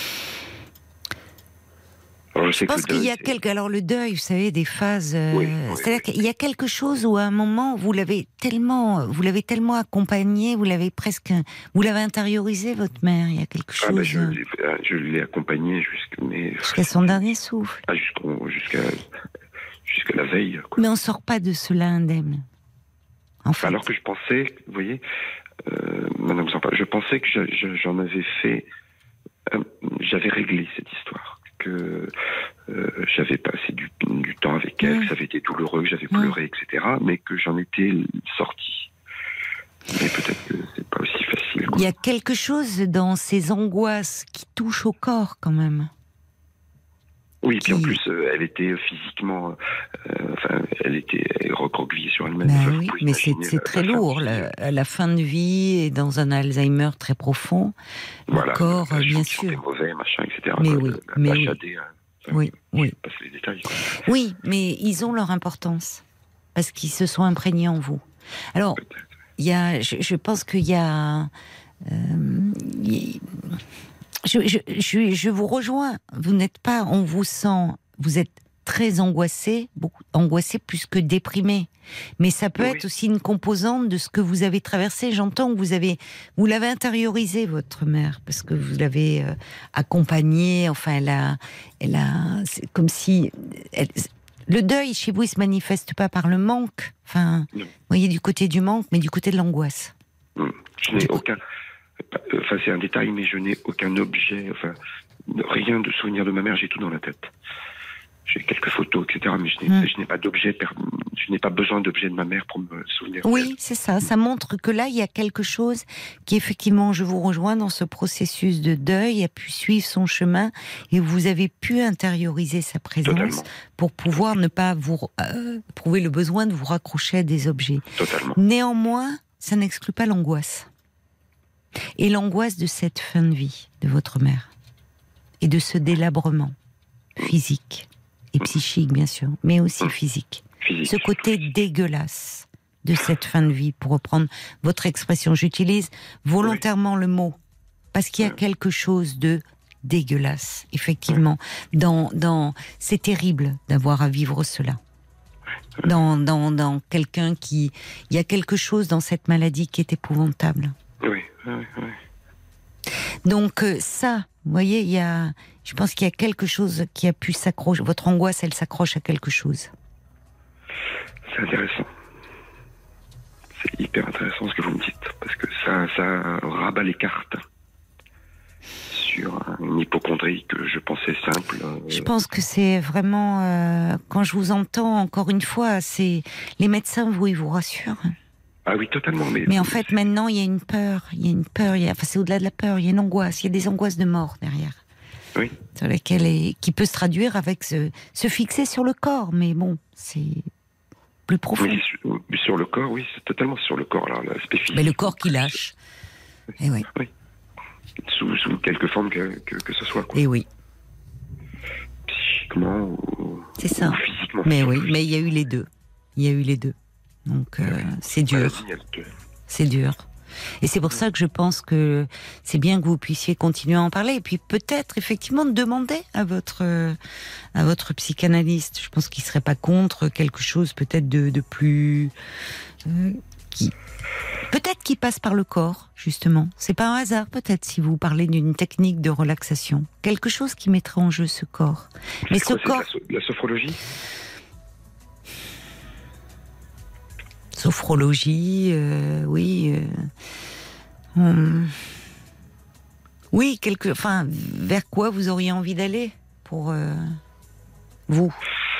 Alors, je pense qu'il y a alors le deuil, vous savez, des phases. C'est-à-dire qu'il y a quelque chose où à un moment vous l'avez tellement accompagné, vous l'avez intériorisé, votre mère. Il y a quelque chose. Je l'ai accompagné jusqu'à son dernier souffle. Jusqu'à la veille. Quoi. Mais on ne sort pas de cela indemne. En fait. Alors que je pensais, vous voyez, maintenant vous en parlez, je pensais que j'en avais fait, j'avais réglé cette histoire. Que j'avais passé du temps avec elle, que ça avait été douloureux, que j'avais pleuré, etc., mais que j'en étais sorti. Mais peut-être que c'est pas aussi facile. Quoi. Il y a quelque chose dans ces angoisses qui touchent au corps, quand même. Oui, puis en plus, elle était physiquement... elle était recroquevillée sur elle-même. Oui, mais c'est très lourd. La fin de vie et dans un Alzheimer très profond. Voilà, le corps, bien sûr. Mauvais, machin, etc. Mais oui. Oui. Je passe les détails. Quoi. Oui, mais ils ont leur importance. Parce qu'ils se sont imprégnés en vous. Alors, je pense qu'il y a... je vous rejoins. Vous n'êtes pas... On vous sent... Vous êtes très angoissé plus que déprimé. Mais ça peut être aussi une composante de ce que vous avez traversé. J'entends que vous l'avez intériorisé, votre mère, parce que vous l'avez accompagnée. Enfin, c'est comme si le deuil chez vous, il se manifeste pas par le manque. Enfin, vous voyez, du côté du manque, mais du côté de l'angoisse. Je n'ai aucun. Enfin, c'est un détail, mais je n'ai aucun objet. Enfin, rien de souvenir de ma mère. J'ai tout dans la tête. J'ai quelques photos, etc. Mais je n'ai pas d'objet. Je n'ai pas besoin d'objet de ma mère pour me souvenir. Oui, c'est ça. Ça montre que là, il y a quelque chose qui, effectivement, je vous rejoins dans ce processus de deuil, a pu suivre son chemin et vous avez pu intérioriser sa présence. Totalement. Pour pouvoir ne pas vous éprouver le besoin de vous raccrocher à des objets. Totalement. Néanmoins, ça n'exclut pas l'angoisse. Et l'angoisse de cette fin de vie de votre mère. Et de ce délabrement physique. Et psychique, bien sûr, mais aussi physique. Ce côté dégueulasse de cette fin de vie, pour reprendre votre expression. J'utilise volontairement le mot, parce qu'il y a quelque chose de dégueulasse, effectivement. C'est terrible d'avoir à vivre cela. Dans quelqu'un qui... Il y a quelque chose dans cette maladie qui est épouvantable. Oui. Donc ça, vous voyez, je pense qu'il y a quelque chose qui a pu s'accrocher. Votre angoisse, elle s'accroche à quelque chose. C'est intéressant. C'est hyper intéressant ce que vous me dites, parce que ça rabat les cartes sur une hypocondrie que je pensais simple. Je pense que c'est vraiment, quand je vous entends, encore une fois, les médecins, ils vous rassurent. Ah oui, totalement. Mais en fait, maintenant, il y a une peur. Enfin, c'est au-delà de la peur. Il y a une angoisse. Il y a des angoisses de mort derrière. Oui. Sur laquelle qui peut se traduire avec se fixer sur le corps. Mais bon, c'est plus profond. Oui, sur le corps, oui, c'est totalement sur le corps, là, l'aspect physique. Mais le corps qui lâche. Et oui. Sous quelque forme que ce soit. Quoi. Et oui. Psychiquement ou physiquement. Mais oui, mais il y a eu les deux. Donc, c'est dur. C'est dur. Et c'est pour ça que je pense que c'est bien que vous puissiez continuer à en parler. Et puis peut-être, effectivement, demander à votre psychanalyste. Je pense qu'il ne serait pas contre quelque chose peut-être de plus... Peut-être qu'il passe par le corps, justement. C'est pas un hasard, peut-être, si vous parlez d'une technique de relaxation. Quelque chose qui mettrait en jeu ce corps. Mais ce corps... La sophrologie ? Sophrologie, oui. Oui, vers quoi vous auriez envie d'aller pour vous ?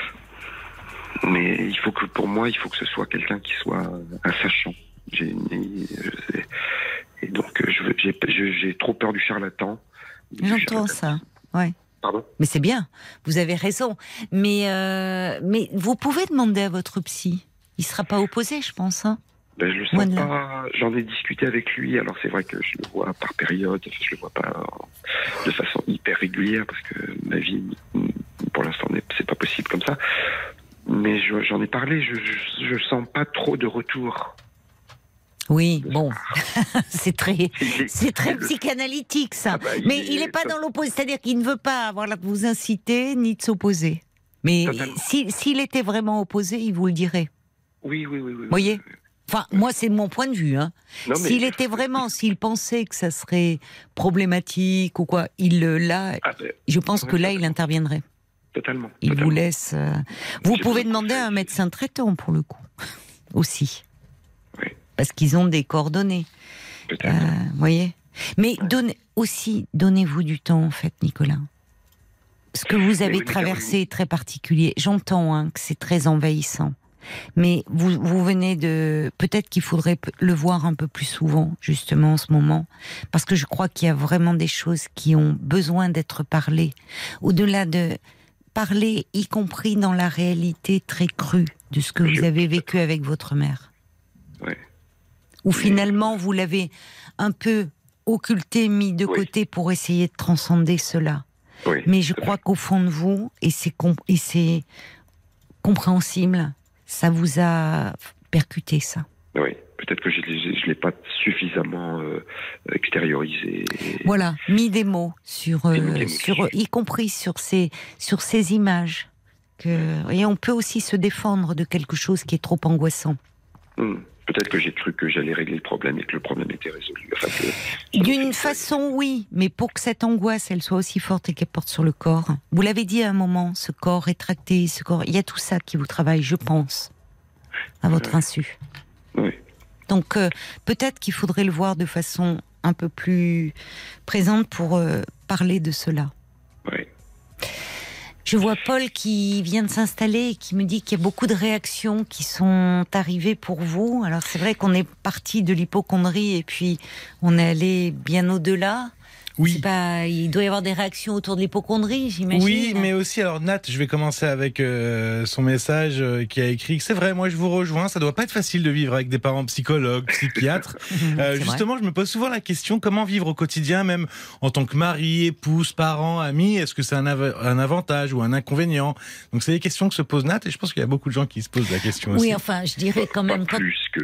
Mais pour moi, il faut que ce soit quelqu'un qui soit un sachant. Et donc, j'ai trop peur du charlatan. J'entends ça, ouais. Pardon ? Mais c'est bien, vous avez raison. Mais vous pouvez demander à votre psy. Il ne sera pas opposé, je pense. Hein. Je le sens pas. J'en ai discuté avec lui. Alors c'est vrai que je le vois par période. Je le vois pas de façon hyper régulière parce que ma vie, pour l'instant, c'est pas possible comme ça. Mais j'en ai parlé. Je sens pas trop de retour. Oui, bon, c'est très psychanalytique ça. Mais il n'est pas dans l'opposé, c'est-à-dire qu'il ne veut pas vous inciter ni de s'opposer. Mais s'il était vraiment opposé, il vous le dirait. Oui. Vous voyez ? Enfin, moi, c'est mon point de vue. Hein. S'il pensait que ça serait problématique ou quoi, je pense que là, il interviendrait. Totalement. Il vous laisse... Vous pouvez demander à un médecin traitant, pour le coup, aussi. Oui. Parce qu'ils ont des coordonnées. Peut-être. Voyez ? Mais donnez-vous du temps, en fait, Nicolas. Ce que vous avez traversé est très particulier. J'entends que c'est très envahissant. Mais vous venez de... Peut-être qu'il faudrait le voir un peu plus souvent, justement, en ce moment. Parce que je crois qu'il y a vraiment des choses qui ont besoin d'être parlées. Au-delà de parler, y compris dans la réalité très crue de ce que vous avez vécu avec votre mère. Oui. Où finalement, vous l'avez un peu occulté, mis de côté pour essayer de transcender cela. Oui, mais je crois qu'au fond de vous, et c'est compréhensible, ça vous a percuté, ça. Oui, peut-être que je ne l'ai pas suffisamment extériorisé. Voilà, mis des mots y compris sur ces images Et on peut aussi se défendre de quelque chose qui est trop angoissant. Peut-être que j'ai cru que j'allais régler le problème et que le problème était résolu. D'une façon, oui, mais pour que cette angoisse, elle soit aussi forte et qu'elle porte sur le corps. Vous l'avez dit à un moment, ce corps rétracté, ce corps... Il y a tout ça qui vous travaille, je pense, à votre insu. Oui. Donc, peut-être qu'il faudrait le voir de façon un peu plus présente pour parler de cela. Oui. Je vois Paul qui vient de s'installer et qui me dit qu'il y a beaucoup de réactions qui sont arrivées pour vous. Alors c'est vrai qu'on est parti de l'hypocondrie et puis on est allé bien au-delà. Oui. Il doit y avoir des réactions autour de l'hypocondrie, j'imagine. Oui, mais aussi, alors Nat, je vais commencer avec son message qui a écrit que c'est vrai, moi je vous rejoins, ça doit pas être facile de vivre avec des parents psychologues, psychiatres. Justement, je me pose souvent la question, comment vivre au quotidien, même en tant que mari, épouse, parent, ami, est-ce que c'est un avantage ou un inconvénient? Donc c'est des questions que se pose Nat, et je pense qu'il y a beaucoup de gens qui se posent la question aussi. Oui, enfin, je dirais quand même... Quand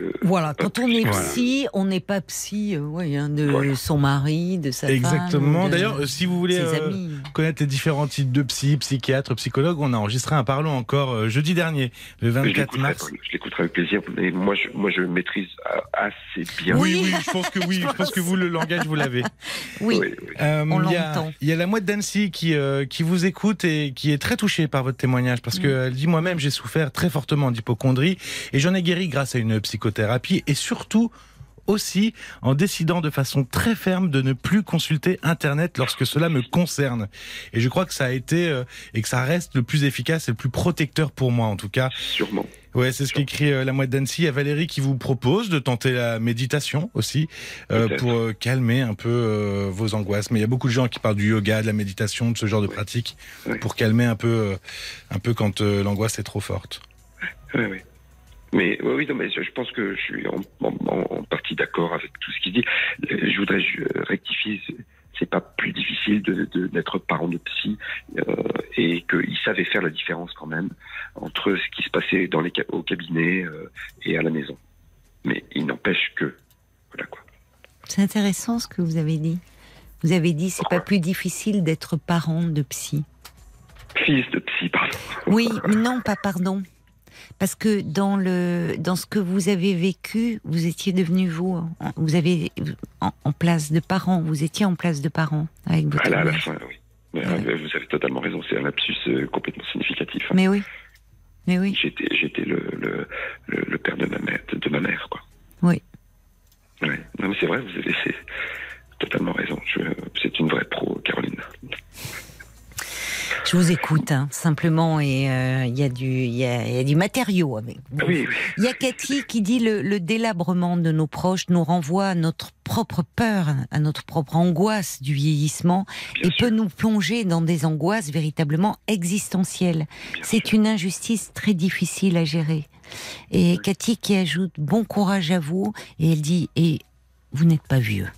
on est psy, on n'est pas psy de son mari, de sa femme. Exactement. D'ailleurs, si vous voulez connaître les différents types de psychiatres, psychologues, on a enregistré un Parlons encore jeudi dernier, le 24 mars. Je l'écouterai avec plaisir. Mais moi, je maîtrise assez bien. Oui, je pense que oui. Je pense que vous, le langage, vous l'avez. Oui. On l'entend. Il y a la mouette d'Annecy qui vous écoute et qui est très touchée par votre témoignage parce qu'elle dit moi-même j'ai souffert très fortement d'hypocondrie et j'en ai guéri grâce à une psychothérapie et surtout aussi en décidant de façon très ferme de ne plus consulter Internet lorsque cela me concerne. Et je crois que ça a été et que ça reste le plus efficace et le plus protecteur pour moi en tout cas. Sûrement. Ouais, c'est ce qu'écrit la mouette d'Annecy. Il y a Valérie qui vous propose de tenter la méditation aussi pour calmer un peu vos angoisses. Mais il y a beaucoup de gens qui parlent du yoga, de la méditation, de ce genre de pratique pour calmer un peu quand l'angoisse est trop forte. Oui. Mais oui, non, mais je pense que je suis en partie d'accord avec tout ce qu'il dit. Je voudrais rectifier. C'est pas plus difficile d'être parent de psy et qu'il savait faire la différence quand même entre ce qui se passait au cabinet et à la maison. Mais il n'empêche que voilà quoi. C'est intéressant ce que vous avez dit. Vous avez dit c'est pas plus difficile d'être parent de psy. Fils de psy, pardon. Oui, mais non, pas pardon. Parce que dans ce que vous avez vécu, vous étiez devenu vous avez en place de parents, vous étiez en place de parents avec votre à la fin, oui. Voilà. Vous avez totalement raison, c'est un lapsus complètement significatif. Mais oui. J'étais le père de ma mère, quoi. Oui. Ouais. Non, mais c'est vrai, vous avez totalement raison. C'est une vraie pro, Caroline. Je vous écoute, simplement, et il y a du matériau avec vous. Oui. Il y a Cathy qui dit le délabrement de nos proches nous renvoie à notre propre peur, à notre propre angoisse du vieillissement peut nous plonger dans des angoisses véritablement existentielles. C'est une injustice très difficile à gérer. Et Cathy qui ajoute bon courage à vous, et elle dit et vous n'êtes pas vieux.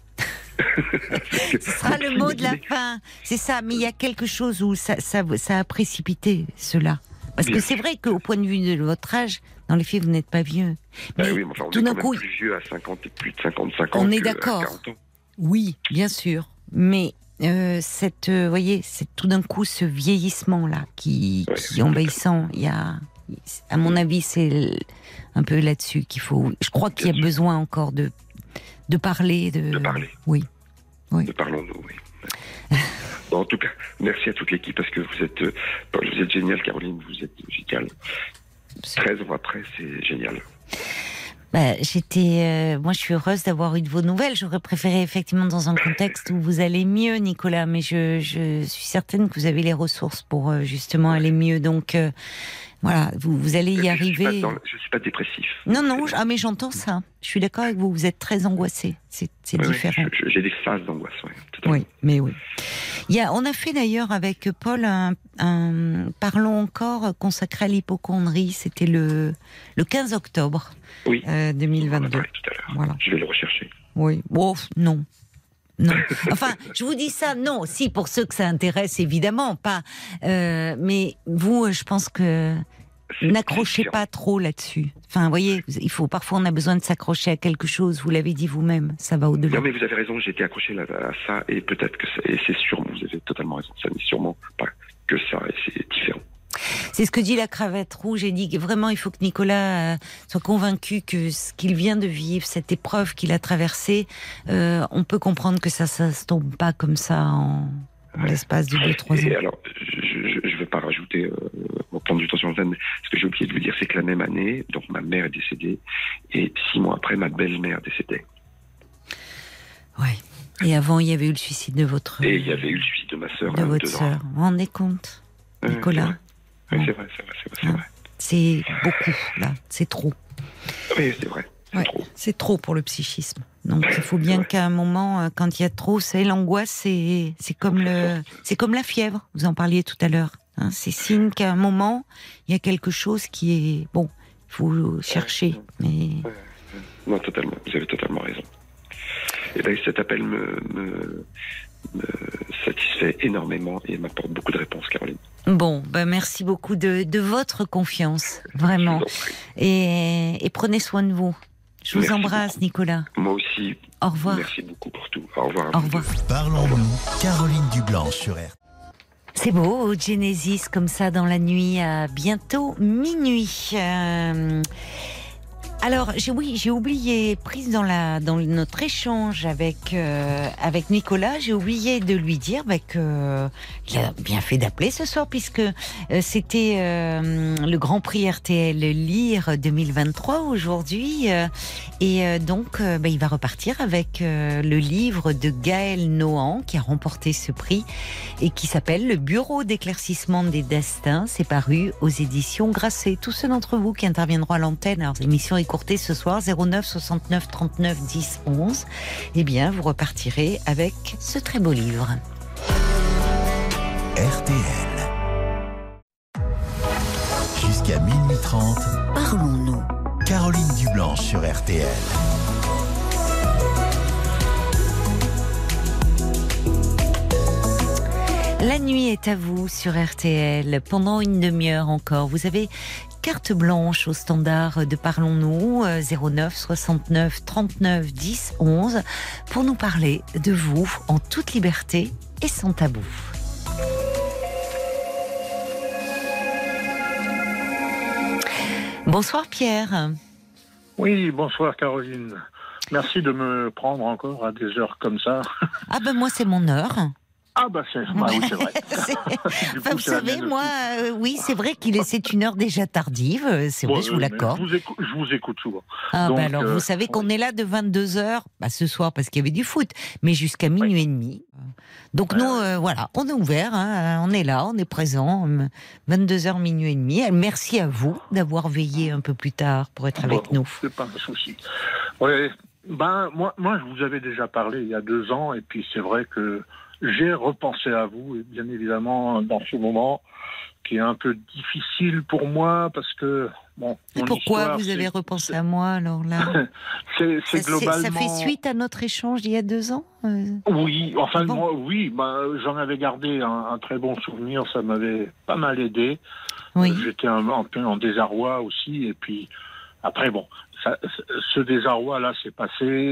Ce sera le mot de la fin. C'est ça, mais il y a quelque chose où ça a précipité cela. Parce que c'est vrai qu'au point de vue de votre âge, dans les faits, vous n'êtes pas vieux. Mais oui, mais enfin, on tout est d'un quand coup, même plus vieux à 50 et plus de 55 ans. On est d'accord. Oui, bien sûr. Mais voyez, c'est tout d'un coup ce vieillissement-là qui est envahissant. Il y a, à mon avis, c'est un peu là-dessus qu'il faut. Je crois qu'il y a besoin encore de parler. De parler. Oui. De parlons-nous, oui. Bon, en tout cas, merci à toute l'équipe parce que vous êtes génial, Caroline, vous êtes géniale. 13 ans après, c'est génial. Moi, je suis heureuse d'avoir eu de vos nouvelles. J'aurais préféré effectivement dans un contexte où vous allez mieux, Nicolas, mais je suis certaine que vous avez les ressources pour justement aller mieux. Donc, voilà, vous allez y arriver. Je suis pas dépressif. Non, mais j'entends ça. Je suis d'accord avec vous. Vous êtes très angoissé. C'est différent. J'ai des phases d'angoisse, oui. Mais oui. On a fait d'ailleurs avec Paul un Parlons encore consacré à l'hypocondrie. C'était le 15 octobre 2022. Tout à l'heure. Voilà. Je vais le rechercher. Oui. Oh, non. Enfin, je vous dis ça, non. Si, pour ceux que ça intéresse, évidemment, pas. Mais vous, je pense que n'accrochez pas trop là-dessus. Enfin, vous voyez, parfois on a besoin de s'accrocher à quelque chose. Vous l'avez dit vous-même, ça va au-delà. Non, mais vous avez raison. J'étais accroché à ça, et peut-être que et c'est sûrement. Vous avez totalement raison. Ça n'est sûrement pas que ça, et c'est différent. C'est ce que dit la cravate rouge. Elle dit que vraiment, il faut que Nicolas soit convaincu que ce qu'il vient de vivre, cette épreuve qu'il a traversée, on peut comprendre que ça se tombe pas comme ça en l'espace de 2-3 ans. Et alors, je ne veux pas rajouter au plan du temps sur l'antenne, mais ce que j'ai oublié de vous dire, c'est que la même année, donc ma mère est décédée, et 6 mois après, ma belle-mère décédait. Oui. Et avant, il y avait eu le suicide de votre... Et il y avait eu le suicide de ma sœur. De votre sœur. Vous vous rendez compte, Nicolas? Oui, c'est vrai. C'est beaucoup, là. C'est trop. Oui, c'est vrai. C'est trop pour le psychisme. Donc il faut bien qu'à un moment, quand il y a trop, c'est l'angoisse, c'est comme la fièvre. Vous en parliez tout à l'heure. Hein, c'est signe qu'à un moment, il y a quelque chose qui est bon. Il faut chercher. Mais non, totalement. Vous avez totalement raison. Et bien, cet appel me satisfait énormément et m'apporte beaucoup de réponses, Caroline. Bon, merci beaucoup de votre confiance, vraiment. Et prenez soin de vous. Je vous embrasse, beaucoup. Nicolas. Moi aussi. Au revoir. Merci beaucoup pour tout. Au revoir. Au revoir. Parlons-nous, Caroline Dublanche sur RTL. C'est beau, Genesis, comme ça, dans la nuit, à bientôt minuit. Alors, j'ai oublié, prise dans notre échange avec Nicolas, j'ai oublié de lui dire qu'il a bien fait d'appeler ce soir, puisque c'était le Grand Prix RTL Lire 2023 aujourd'hui, et donc il va repartir avec le livre de Gaël Nohan, qui a remporté ce prix, et qui s'appelle Le Bureau d'éclaircissement des destins. C'est paru aux éditions Grasset. Tous ceux d'entre vous qui interviendront à l'antenne, alors l'émission est courtée ce soir, 09 69 39 10 11, eh bien vous repartirez avec ce très beau livre. RTL. Jusqu'à minuit 30, Parlons-nous. Caroline Dublanche sur RTL. La nuit est à vous sur RTL. Pendant une demi-heure encore, vous avez carte blanche au standard de Parlons-nous, 09 69 39 10 11, pour nous parler de vous en toute liberté et sans tabou. Bonsoir Pierre. Oui, bonsoir Caroline. Merci de me prendre encore à des heures comme ça. Ah ben moi c'est mon heure. Ah oui, c'est vrai. Enfin, vous savez, moi, oui, c'est vrai c'est une heure déjà tardive, c'est vrai, je vous l'accorde. Je vous écoute souvent. Ah, donc, alors, vous savez qu'on est là de 22h, ce soir parce qu'il y avait du foot, mais jusqu'à minuit et demi. Donc nous, voilà, on est ouvert, hein, on est là, on est présent, 22h, minuit et demi. Merci à vous d'avoir veillé un peu plus tard pour être avec nous. C'est pas un souci. Ouais, moi, je vous avais déjà parlé il y a 2 ans, et puis c'est vrai que j'ai repensé à vous, et bien évidemment, dans ce moment qui est un peu difficile pour moi, parce que... Et pourquoi vous avez repensé à moi, alors là c'est globalement... Ça fait suite à notre échange d'il y a 2 ans Oui, enfin, moi, oui, j'en avais gardé un très bon souvenir, ça m'avait pas mal aidé. Oui. J'étais un peu en désarroi aussi, et puis après, ce désarroi-là s'est passé...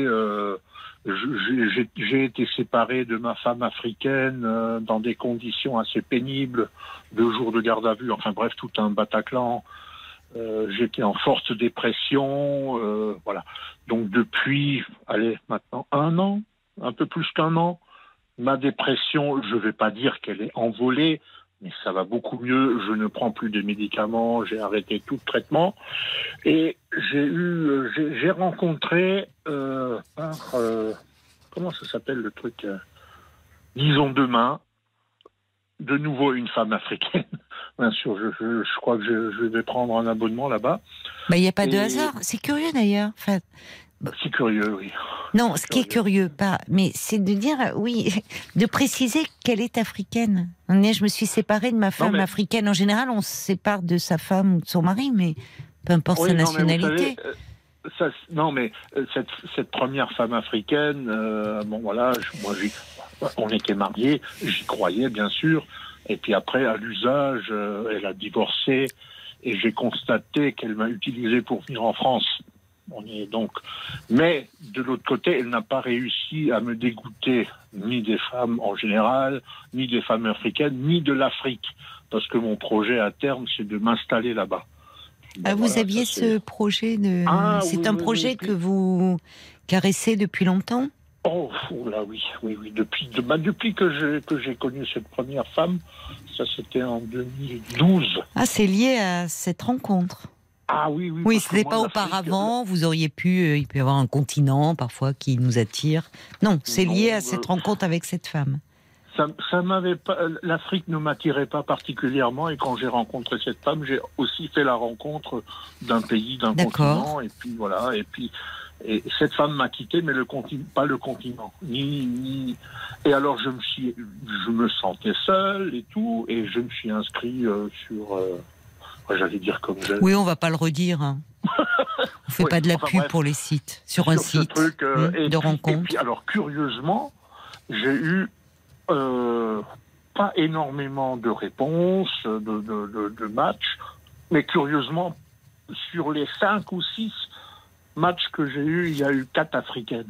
J'ai été séparé de ma femme africaine dans des conditions assez pénibles, 2 jours de garde à vue, enfin bref, tout un Bataclan. J'étais en forte dépression, voilà. Donc depuis, maintenant 1 an, un peu plus d'1 an, ma dépression, je ne vais pas dire qu'elle est envolée, mais ça va beaucoup mieux. Je ne prends plus de médicaments, j'ai arrêté tout traitement. Et j'ai rencontré comment ça s'appelle le truc Disons demain, de nouveau une femme africaine. Bien sûr, je crois que je vais prendre un abonnement là-bas. Il n'y a pas de hasard. C'est curieux d'ailleurs. Enfin... C'est curieux, oui. Non, ce qui est curieux, mais c'est de dire, oui, de préciser qu'elle est africaine. Je me suis séparée de ma femme africaine. En général, on se sépare de sa femme ou de son mari, mais peu importe sa nationalité. Cette première femme africaine, on était mariés, j'y croyais bien sûr, et puis après, à l'usage, elle a divorcé, et j'ai constaté qu'elle m'a utilisé pour venir en France. Mais de l'autre côté, elle n'a pas réussi à me dégoûter ni des femmes en général, ni des femmes africaines, ni de l'Afrique. parce que mon projet à terme, c'est de m'installer là-bas. Vous aviez ce projet de... c'est un projet que vous caressez depuis longtemps ? Oh là, oui. Depuis que j'ai connu cette première femme, ça c'était en 2012. Ah, c'est lié à cette rencontre. Ah oui. Oui, ce n'était pas auparavant, vous auriez pu... il peut y avoir un continent, parfois, qui nous attire. Non, c'est lié à cette rencontre avec cette femme. Ça m'avait pas... L'Afrique ne m'attirait pas particulièrement, et quand j'ai rencontré cette femme, j'ai aussi fait la rencontre d'un pays, d'un continent, et puis voilà, et cette femme m'a quitté, mais pas le continent. Et alors je me sentais seul et tout, et je me suis inscrit sur... j'allais dire comme je... Oui, on va pas le redire. Hein. On fait pas de la pub pour les sites. Sur un site truc, de rencontre. Et puis, alors, curieusement, j'ai eu pas énormément de réponses, de matchs, mais curieusement, sur les 5 ou 6 matchs que j'ai eus, il y a eu 4 africaines.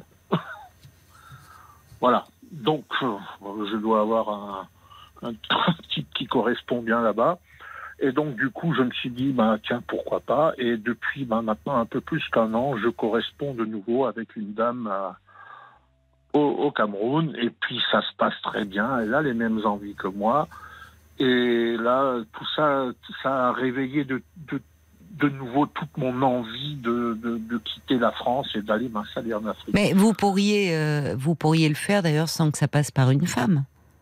Voilà. Donc, je dois avoir un type qui correspond bien là-bas. Et donc, du coup, je me suis dit, tiens, pourquoi pas. Et depuis maintenant un peu plus qu'1 an, je corresponds de nouveau avec une dame au Cameroun. Et puis, ça se passe très bien. Elle a les mêmes envies que moi. Et là, tout ça a réveillé de nouveau toute mon envie de quitter la France et d'aller m'installer en Afrique. Mais vous pourriez le faire, d'ailleurs, sans que ça passe par une femme.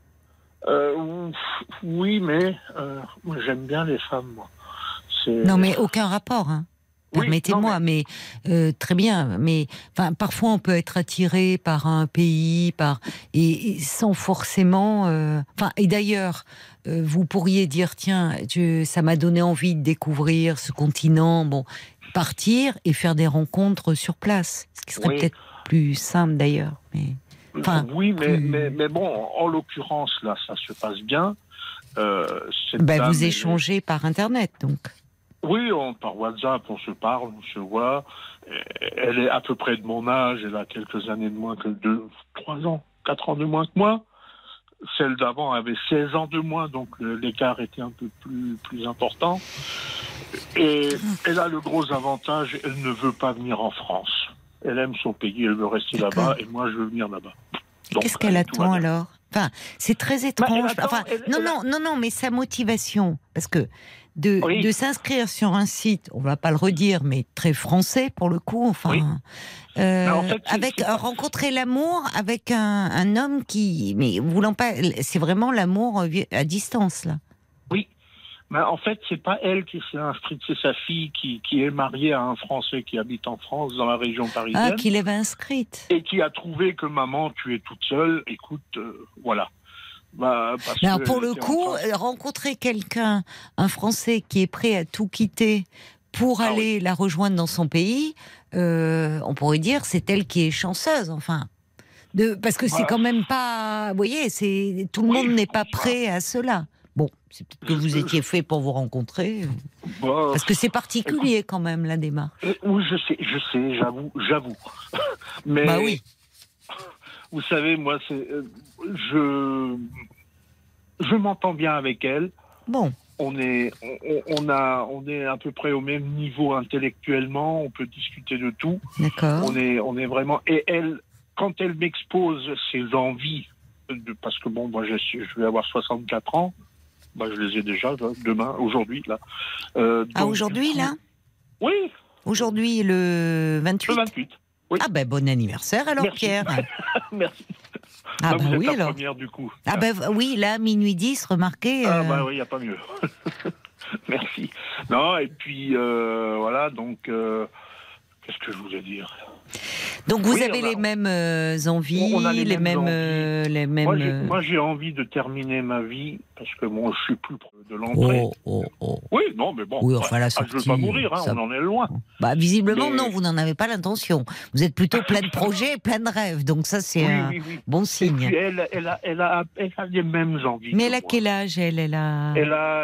Oui, mais j'aime bien les femmes, moi. Non, mais aucun rapport, hein. Permettez-moi, mais très bien. Mais parfois, on peut être attiré par un pays, et sans forcément. Et d'ailleurs, vous pourriez dire, tiens, ça m'a donné envie de découvrir ce continent. Bon, partir et faire des rencontres sur place, ce qui serait peut-être plus simple d'ailleurs. Mais mais bon, en l'occurrence, là, ça se passe bien. Vous échangez par Internet, donc. Oui, par WhatsApp, on se parle, on se voit. Elle est à peu près de mon âge, elle a quelques années de moins que 4 ans de moins que moi. Celle d'avant avait 16 ans de moins, donc l'écart était un peu plus important. Et elle a le gros avantage, elle ne veut pas venir en France. Elle aime son pays, elle veut rester là-bas, et moi je veux venir là-bas. Qu'est-ce qu'elle attend alors ? C'est très étrange. Non, mais sa motivation, parce que de s'inscrire sur un site, on va pas le redire, mais très français pour le coup, rencontrer l'amour avec un homme qui, mais voulant pas, c'est vraiment l'amour à distance là. Oui, mais en fait c'est pas elle qui s'est inscrite, c'est sa fille qui est mariée à un Français qui habite en France dans la région parisienne. Ah, qui l'avait inscrite. Et qui a trouvé que maman, tu es toute seule. Écoute, voilà. Alors pour le coup, rencontrer quelqu'un, un Français qui est prêt à tout quitter pour aller la rejoindre dans son pays, on pourrait dire c'est elle qui est chanceuse, parce que c'est quand même pas, vous voyez, tout le monde n'est pas prêt à cela. Bon, c'est peut-être que vous étiez fait pour vous rencontrer, parce que c'est particulier quand même la démarche. Oui, je sais, j'avoue. Mais oui. Vous savez, moi, je m'entends bien avec elle. Bon. On est à peu près au même niveau intellectuellement. On peut discuter de tout. D'accord. On est vraiment. Et elle, quand elle m'expose ses envies, parce que bon, moi, je vais avoir 64 ans. Je les ai déjà aujourd'hui là. Aujourd'hui là. Oui. Aujourd'hui le 28. Le 28. Oui. Ah bon anniversaire alors. Merci. Pierre. Merci. Vous êtes la première du coup. Oui, là, minuit 10, remarquez. Oui, il n'y a pas mieux. Merci. Non, et puis, voilà, donc, qu'est-ce que je voulais dire ? Donc vous avez les mêmes envies, on a les mêmes mêmes. Moi, j'ai envie de terminer ma vie parce que moi, je suis plus proche de l'entrée. Oui, non, mais bon. Oui, la sortie, je veux pas mourir, on en est loin. Visiblement, non, vous n'en avez pas l'intention. Vous êtes plutôt plein de projets, plein de rêves, donc ça c'est bon signe. Et puis elle a les mêmes envies. Mais elle a quel âge elle a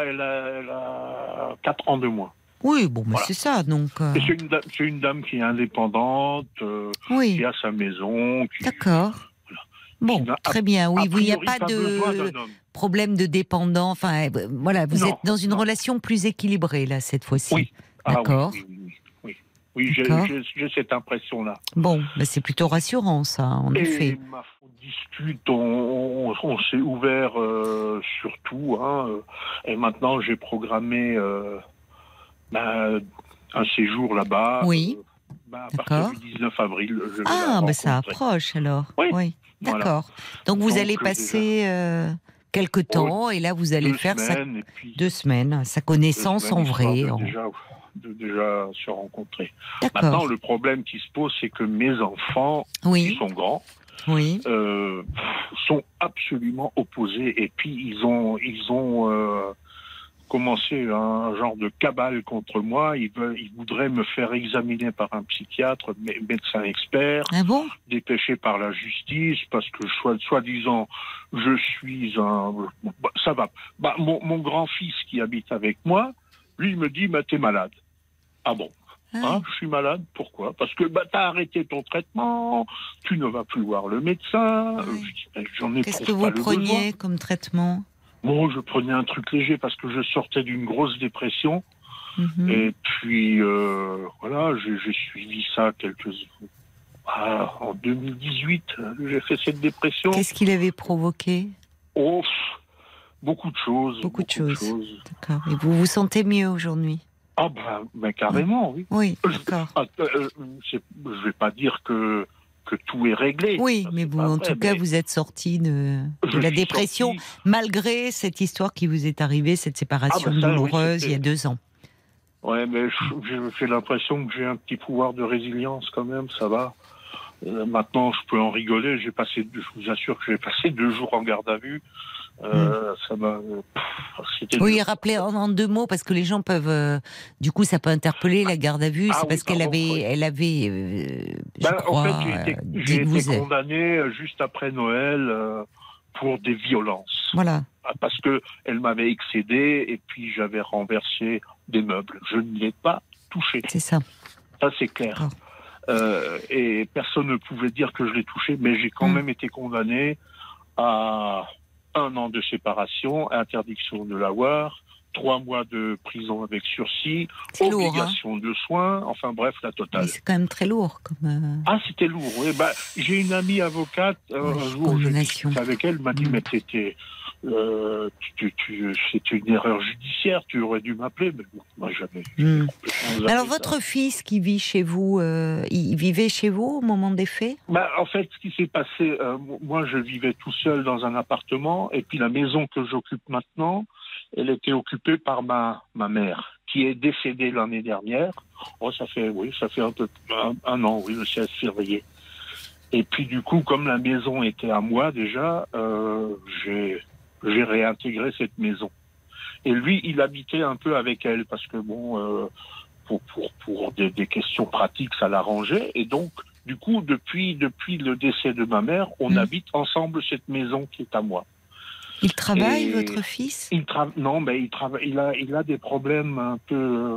4 ans de moins. Oui, bon, mais c'est ça, donc... C'est une dame qui est indépendante, qui a sa maison. D'accord. Bon, très bien, oui, il n'y a pas problème de dépendant. Enfin, voilà, vous êtes dans une relation plus équilibrée là cette fois-ci. Oui. D'accord. Oui, j'ai cette impression-là. Bon, c'est plutôt rassurant, ça, en effet. On discute, on s'est ouvert sur tout. Et maintenant, j'ai programmé un séjour là-bas. Oui. À partir du 19 avril. Je vais ça approche alors. Oui. D'accord. Donc, vous allez passer quelques temps et là, vous allez faire 2 semaines, sa connaissance en vrai. Déjà se rencontrer. D'accord. Maintenant, le problème qui se pose, c'est que mes enfants, qui sont grands, sont absolument opposés. Et puis, ils ont commencé un genre de cabale contre moi. Ils voudraient me faire examiner par un psychiatre, médecin expert, dépêché par la justice, parce que soi-disant, je suis un... Ça va. Mon grand-fils qui habite avec moi, lui, il me dit, t'es malade. Ah bon? Je suis malade, pourquoi? Parce que t'as arrêté ton traitement, tu ne vas plus voir le médecin. J'en ai. Qu'est-ce que vous preniez comme traitement? Bon, je prenais un truc léger parce que je sortais d'une grosse dépression. Et puis, voilà, j'ai suivi ça en 2018, j'ai fait cette dépression. Qu'est-ce qu'il avait provoqué? Beaucoup de choses. Beaucoup de choses. D'accord. Et vous vous sentez mieux aujourd'hui? Carrément, oui. Oui, d'accord. Je ne vais pas dire que tout est réglé. Oui, mais vous, en tout cas, vous êtes sorti de la dépression, malgré cette histoire qui vous est arrivée, cette séparation douloureuse il y a 2 ans. Ouais, mais j'ai l'impression que j'ai un petit pouvoir de résilience quand même, ça va. Maintenant, je peux en rigoler. Je vous assure que j'ai passé 2 jours en garde à vue. Ça m'a. Oui, rappelez en 2 mots parce que les gens peuvent. Du coup, ça peut interpeller la garde à vue. C'est parce qu'elle avait, je crois, en fait, j'ai été condamné juste après Noël pour des violences. Voilà. Parce que elle m'avait excédé et puis j'avais renversé des meubles. Je ne l'ai pas touché. C'est ça. Ça, c'est clair. Et personne ne pouvait dire que je l'ai touché, mais j'ai quand même été condamné à 1 an de séparation, interdiction de la voir, 3 mois de prison avec sursis, obligation de soins, enfin bref, la totale. Mais c'est quand même très lourd. C'était lourd, oui. J'ai une amie avocate, un jour, j'ai discuté avec elle, m'a dit, mais c'est une erreur judiciaire, tu aurais dû m'appeler, mais bon, moi jamais. Alors votre fils qui vit chez vous, il vivait chez vous au moment des faits? En fait, ce qui s'est passé, moi je vivais tout seul dans un appartement, et puis la maison que j'occupe maintenant, elle était occupée par ma mère, qui est décédée l'année dernière. Ça fait un an, le 16 février. Et puis du coup, comme la maison était à moi déjà, j'ai réintégré cette maison. Et lui, il habitait un peu avec elle, parce que pour des questions pratiques, ça l'arrangeait. Et donc, du coup, depuis le décès de ma mère, on habite ensemble cette maison qui est à moi. Il travaille, votre fils? Non, mais il a des problèmes un peu...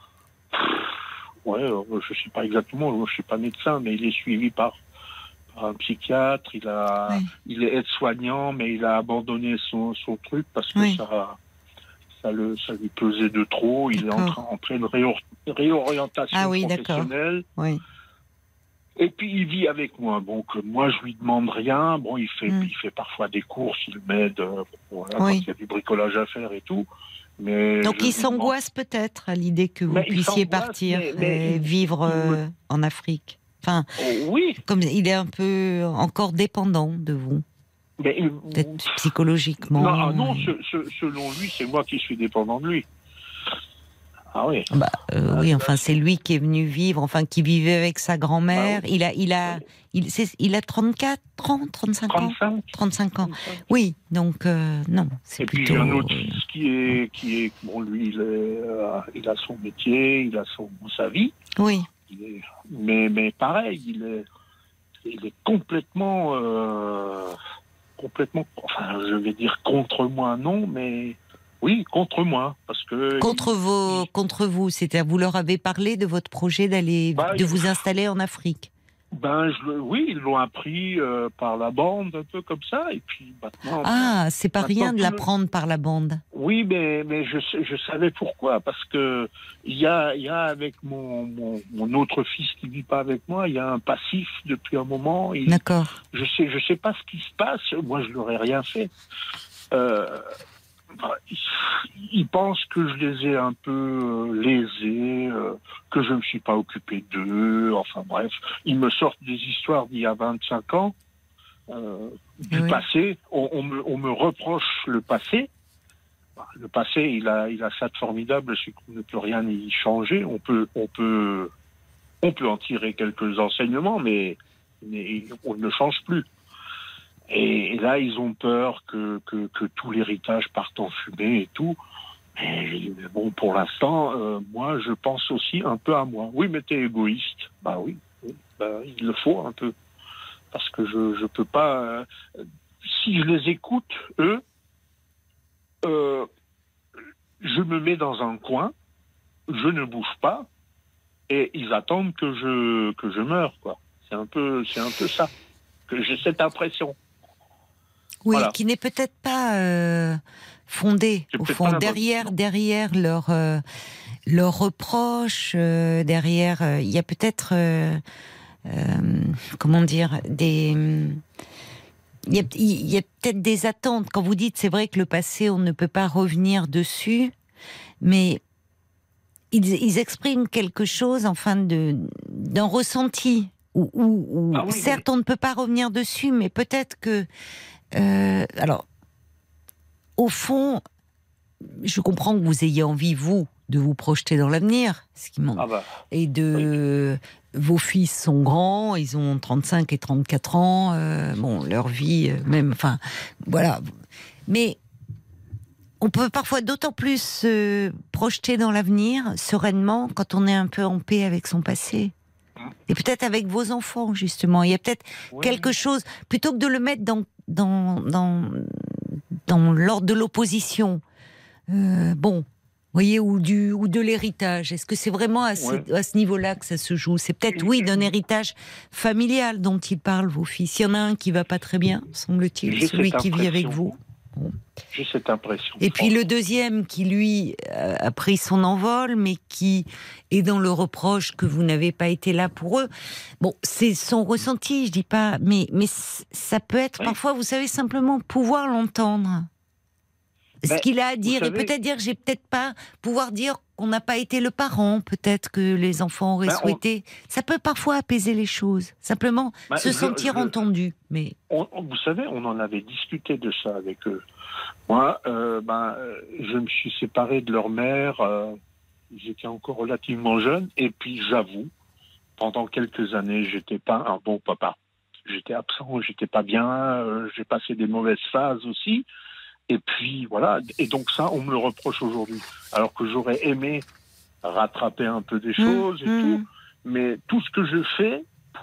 je sais pas exactement, je suis pas médecin, mais il est suivi par un psychiatre, il est aide-soignant, mais il a abandonné son truc parce que ça lui pesait de trop. Il est en pleine réorientation professionnelle. Oui. Et puis il vit avec moi. Donc moi je lui demande rien. Bon, il fait parfois des courses, il m'aide quand il y a du bricolage à faire et tout. Mais donc il s'angoisse peut-être à l'idée que vous puissiez partir et vivre en Afrique. Enfin, comme il est un peu encore dépendant de vous. Peut-être psychologiquement. Non, selon lui, c'est moi qui suis dépendant de lui. Ah oui. Oui, enfin, c'est lui qui est venu vivre, enfin, qui vivait avec sa grand-mère. Il a 35 ans. 35 ans. Oui, donc non, c'est et plutôt. Et puis j'ai un autre fils qui est bon, lui, il a son métier, il a sa vie. Oui. Mais pareil, il est complètement, enfin, je vais dire contre moi, non, mais oui, contre moi, parce que contre vous, c'est-à-dire vous leur avez parlé de votre projet de vous installer en Afrique. Oui, ils l'ont appris par la bande, un peu comme ça, et puis maintenant... c'est pas rien de l'apprendre par la bande. Oui, mais je savais pourquoi, parce que il y a avec mon autre fils qui vit pas avec moi, il y a un passif depuis un moment. D'accord. Je sais pas ce qui se passe, moi je leur ai rien fait. Ils pensent que je les ai un peu lésés, que je ne me suis pas occupé d'eux, enfin bref. Ils me sortent des histoires d'il y a 25 ans, du passé. On me reproche le passé. Le passé, il a ça de formidable, c'est qu'on ne peut rien y changer. On peut en tirer quelques enseignements, mais on ne change plus. Et là, ils ont peur que tout l'héritage parte en fumée et tout. Mais bon, pour l'instant, moi, je pense aussi un peu à moi. Oui, mais t'es égoïste. Bah oui, il le faut un peu. Parce que je peux pas... si je les écoute, eux, je me mets dans un coin, je ne bouge pas, et ils attendent que je meure, quoi. C'est un peu ça. Que j'ai cette impression. Oui, voilà. Qui n'est peut-être pas fondée, au fond, derrière leurs reproches, derrière, il y a peut-être, comment dire, il y a peut-être des attentes. Quand vous dites, c'est vrai que le passé, on ne peut pas revenir dessus, mais ils expriment quelque chose, enfin, d'un ressenti. Certes, on ne peut pas revenir dessus, mais peut-être que... alors, au fond, je comprends que vous ayez envie, vous, de vous projeter dans l'avenir, ce qui manque. Et vos fils sont grands, ils ont 35 et 34 ans, leur vie, même, enfin, voilà. Mais on peut parfois d'autant plus se projeter dans l'avenir, sereinement, quand on est un peu en paix avec son passé. Et peut-être avec vos enfants, justement. Il y a peut-être quelque chose, plutôt que de le mettre dans l'ordre de l'opposition, vous voyez, ou de l'héritage. Est-ce que c'est vraiment à ce niveau-là que ça se joue? C'est peut-être, d'un héritage familial dont ils parlent, vos fils. Il y en a un qui va pas très bien, semble-t-il, celui qui vit avec vous. Bon. J'ai cette impression. Et puis le deuxième qui, lui, a pris son envol, mais qui est dans le reproche que vous n'avez pas été là pour eux. Bon, c'est son ressenti, je dis pas, mais ça peut être parfois, vous savez, simplement pouvoir l'entendre. Ce qu'il a à dire, et peut-être dire, j'ai peut-être pas pouvoir dire qu'on n'a pas été le parent, peut-être que les enfants auraient souhaité. Ça peut parfois apaiser les choses, simplement se sentir entendu. Mais vous savez, on en avait discuté de ça avec eux. Moi, je me suis séparé de leur mère, j'étais encore relativement jeune, et puis j'avoue, pendant quelques années, j'étais pas un bon papa. J'étais absent, j'étais pas bien, j'ai passé des mauvaises phases aussi. Et puis, voilà. Et donc ça, on me le reproche aujourd'hui. Alors que j'aurais aimé rattraper un peu des choses et tout. Mais tout ce que je fais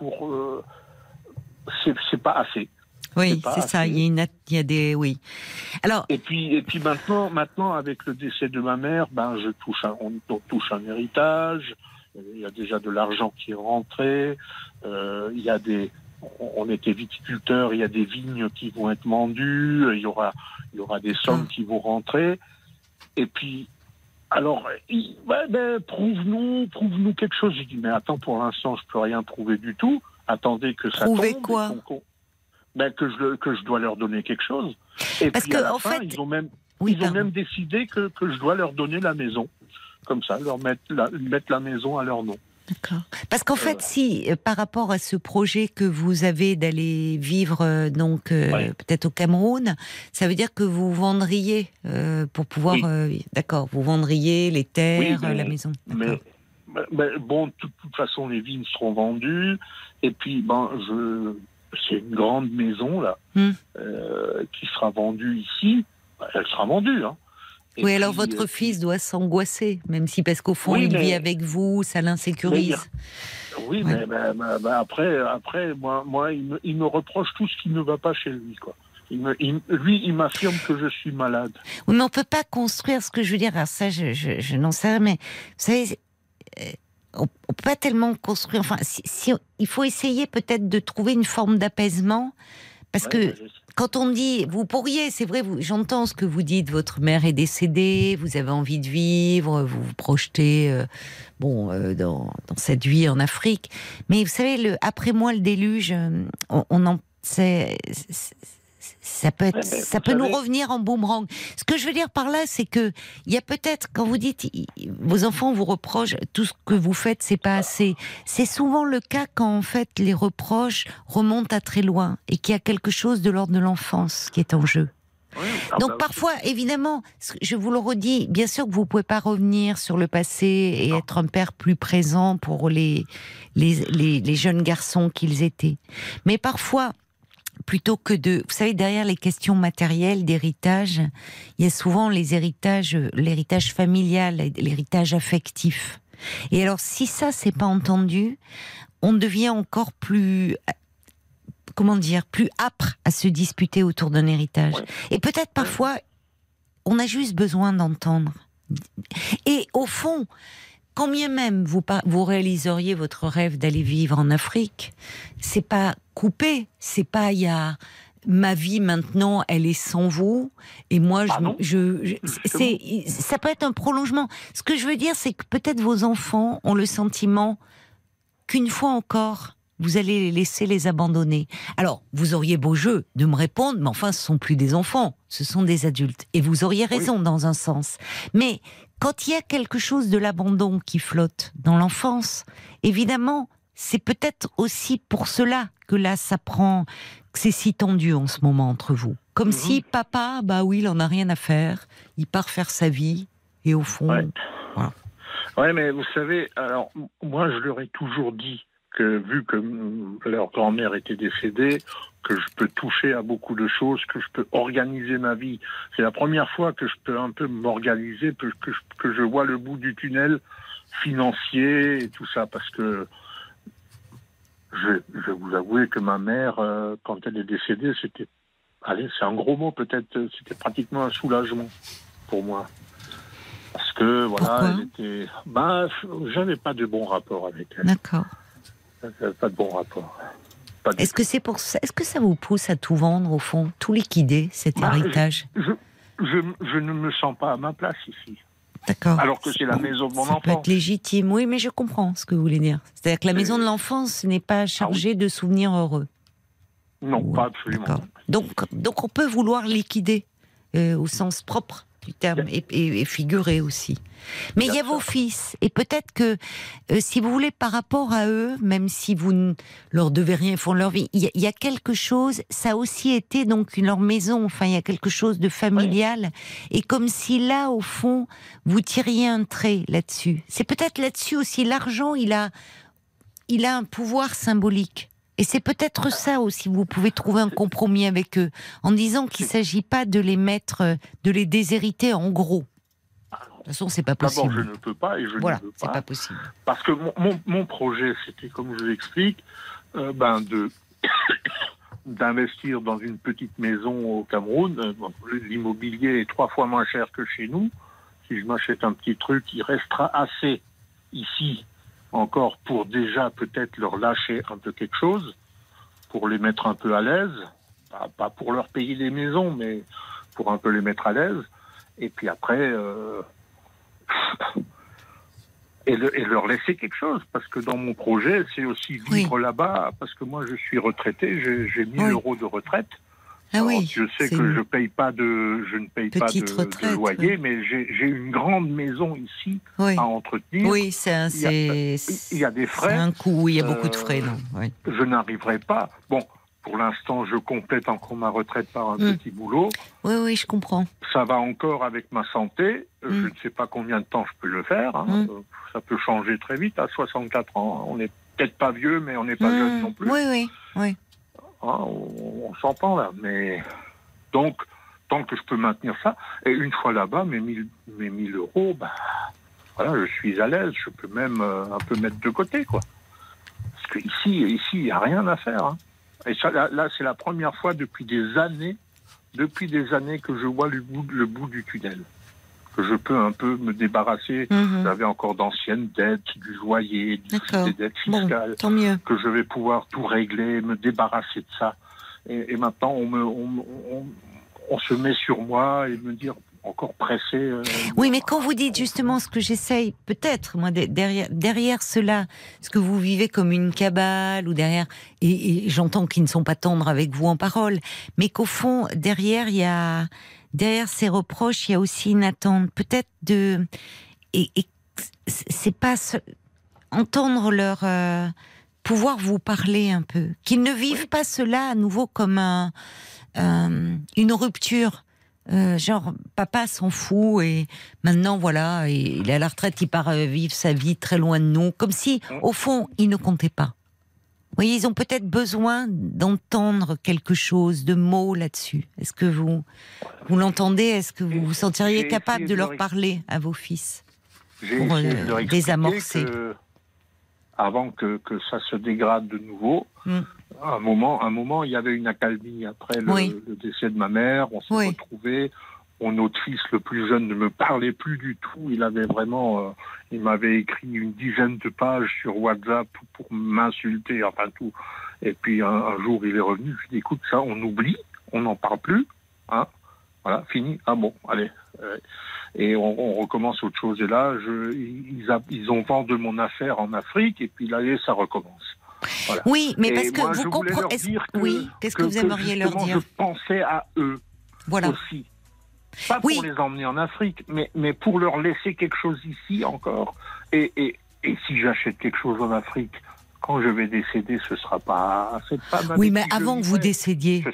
c'est pas assez. Oui, c'est ça. Il y a des... Oui. Alors... Et puis maintenant, avec le décès de ma mère, on touche un héritage. Il y a déjà de l'argent qui est rentré. Il y a on était viticulteurs, il y a des vignes qui vont être vendues, il y aura des sommes qui vont rentrer. Et puis, alors, prouve-nous quelque chose. J'ai dit, mais attends, pour l'instant, je peux rien prouver du tout. Attendez que ça tombe. Prouver quoi ? Que je dois leur donner quelque chose. Et parce puis, à la en fin, fait... ils ont même décidé que je dois leur donner la maison. Comme ça, leur mettre la maison à leur nom. D'accord. Parce qu'en fait, si par rapport à ce projet que vous avez d'aller vivre peut-être au Cameroun, ça veut dire que vous vendriez pour pouvoir. D'accord, vous vendriez les terres, la maison. Mais bon, de toute façon, les vignes seront vendues. Et puis, c'est une grande maison là qui sera vendue ici. Elle sera vendue, hein. Oui, alors votre fils doit s'angoisser, même si, parce qu'au fond, il vit avec vous, ça l'insécurise. Mais après, moi, il me reproche tout ce qui ne va pas chez lui, quoi. Il m'affirme que je suis malade. Oui, mais on peut pas construire, ce que je veux dire, alors ça, je n'en sais rien, mais vous savez, on peut pas tellement construire. Enfin, il faut essayer peut-être de trouver une forme d'apaisement, parce que quand on dit, vous pourriez, c'est vrai, j'entends ce que vous dites, votre mère est décédée, vous avez envie de vivre, vous vous projetez, dans cette vie en Afrique. Mais vous savez, après moi le déluge, on en sait. Ça peut nous revenir en boomerang. Ce que je veux dire par là, c'est que il y a peut-être, quand vous dites, vos enfants vous reprochent tout ce que vous faites, c'est pas assez. C'est souvent le cas quand en fait les reproches remontent à très loin et qu'il y a quelque chose de l'ordre de l'enfance qui est en jeu. Oui, donc parfois, évidemment, je vous le redis, bien sûr que vous pouvez pas revenir sur le passé et être un père plus présent pour les jeunes garçons qu'ils étaient. Mais parfois, plutôt que vous savez, derrière les questions matérielles d'héritage, il y a souvent l'héritage familial, l'héritage affectif. Et alors, si ça, c'est pas entendu, on devient encore plus, plus âpre à se disputer autour d'un héritage. Ouais. Et peut-être parfois, on a juste besoin d'entendre. Et au fond, quand bien même vous réaliseriez votre rêve d'aller vivre en Afrique, c'est pas coupé, c'est pas ma vie maintenant, elle est sans vous, et moi ça peut être un prolongement. Ce que je veux dire, c'est que peut-être vos enfants ont le sentiment qu'une fois encore, vous allez les laisser les abandonner. Alors, vous auriez beau jeu de me répondre, mais enfin, ce sont plus des enfants, ce sont des adultes. Et vous auriez raison dans un sens. Mais quand il y a quelque chose de l'abandon qui flotte dans l'enfance, évidemment, c'est peut-être aussi pour cela que là, que c'est si tendu en ce moment entre vous. Comme si papa, il en a rien à faire, il part faire sa vie, et au fond... Ouais. Voilà. Ouais, mais vous savez, alors, moi, je leur ai toujours dit que, vu que leur grand-mère était décédée, que je peux toucher à beaucoup de choses, que je peux organiser ma vie. C'est la première fois que je peux un peu m'organiser, que je vois le bout du tunnel financier et tout ça, parce que je vais vous avouer que ma mère, quand elle est décédée, c'est un gros mot peut-être, c'était pratiquement un soulagement pour moi. Parce que, voilà, j'avais pas de bon rapport avec elle. D'accord. J'avais pas de bon rapport. Est-ce que c'est pour ça? Est-ce que ça vous pousse à tout vendre, au fond, tout liquider, cet héritage? Je ne me sens pas à ma place ici. D'accord. Alors que c'est la maison de mon enfant. Ça peut être légitime, oui, mais je comprends ce que vous voulez dire. C'est-à-dire que la maison de l'enfance n'est pas chargée de souvenirs heureux. Non, pas absolument. Donc on peut vouloir liquider, au sens propre du terme, et figuré aussi. Mais il y a vos fils, et peut-être que, si vous voulez, par rapport à eux, même si vous ne leur devez rien, ils font leur vie, il y a quelque chose, ça a aussi été donc leur maison, enfin il y a quelque chose de familial, et comme si là, au fond, vous tiriez un trait là-dessus. C'est peut-être là-dessus aussi, l'argent, il a un pouvoir symbolique. Et c'est peut-être ça aussi, vous pouvez trouver un compromis avec eux, en disant qu'il ne s'agit pas de les déshériter en gros. De toute façon, c'est pas possible. D'abord, je ne peux pas et je ne veux pas. C'est pas possible. Parce que mon projet, c'était, comme je vous explique, d'investir dans une petite maison au Cameroun. L'immobilier est 3 fois moins cher que chez nous. Si je m'achète un petit truc, il restera assez ici encore pour déjà peut-être leur lâcher un peu quelque chose, pour les mettre un peu à l'aise, pas pour leur payer des maisons, mais pour un peu les mettre à l'aise, et puis après et leur laisser quelque chose, parce que dans mon projet, c'est aussi vivre là-bas, parce que moi je suis retraité, j'ai 1000 euros de retraite. Alors, je sais que je ne paye pas de loyer, mais j'ai une grande maison ici à entretenir. Oui, il y a des frais. C'est un coût, il y a beaucoup de frais. Non. Oui. Je n'arriverai pas. Bon, pour l'instant, je complète encore ma retraite par un petit boulot. Oui, je comprends. Ça va encore avec ma santé. Je ne sais pas combien de temps je peux le faire. Ça peut changer très vite à 64 ans. On n'est peut-être pas vieux, mais on n'est pas jeune non plus. Oui. On s'entend là, mais donc tant que je peux maintenir ça, et une fois là-bas, mes 1000 euros, voilà, je suis à l'aise, je peux même un peu mettre de côté, quoi. Parce que ici, il n'y a rien à faire. Hein. Et ça, là, c'est la première fois depuis des années que je vois le bout du tunnel. que je peux un peu me débarrasser. J'avais encore d'anciennes dettes, du loyer, des dettes fiscales, bon, tant mieux. Que je vais pouvoir tout régler, me débarrasser de ça. Et maintenant, on se met sur moi et me dire encore pressé. Oui, mais quand vous dites justement ce que j'essaye, peut-être, moi, derrière cela, ce que vous vivez comme une cabale, ou derrière, et j'entends qu'ils ne sont pas tendres avec vous en parole, mais qu'au fond, derrière ces reproches, il y a aussi une attente, peut-être et c'est pas entendre leur pouvoir vous parler un peu, qu'ils ne vivent pas cela à nouveau comme une rupture. Genre papa s'en fout et maintenant voilà, il est à la retraite, il part vivre sa vie très loin de nous, comme si au fond il ne comptait pas. Vous voyez, ils ont peut-être besoin d'entendre quelque chose, de mots là-dessus. Est-ce que vous l'entendez? Est-ce que vous vous sentiriez capable de leur parler à vos fils pour désamorcer avant que ça se dégrade de nouveau? À un moment, il y avait une accalmie. Après le décès de ma mère, on s'est retrouvés. Mon autre fils, le plus jeune, ne me parlait plus du tout. Il avait vraiment... il m'avait écrit une dizaine de pages sur WhatsApp pour m'insulter, enfin tout. Et puis un jour, il est revenu. Je lui ai dit, écoute, ça, on oublie, on n'en parle plus. Hein, voilà, fini. Ah bon, allez. Et on recommence autre chose. Et là, ils ont vendu mon affaire en Afrique. Et puis là, ça recommence. Voilà. Oui, mais parce et que moi, vous comprenez. Qu'est-ce que vous aimeriez leur dire? Je pensais à eux aussi. Pas pour les emmener en Afrique, mais pour leur laisser quelque chose ici encore. Et si j'achète quelque chose en Afrique, quand je vais décéder, ce sera pas. Oui, mais avant que vous décédiez,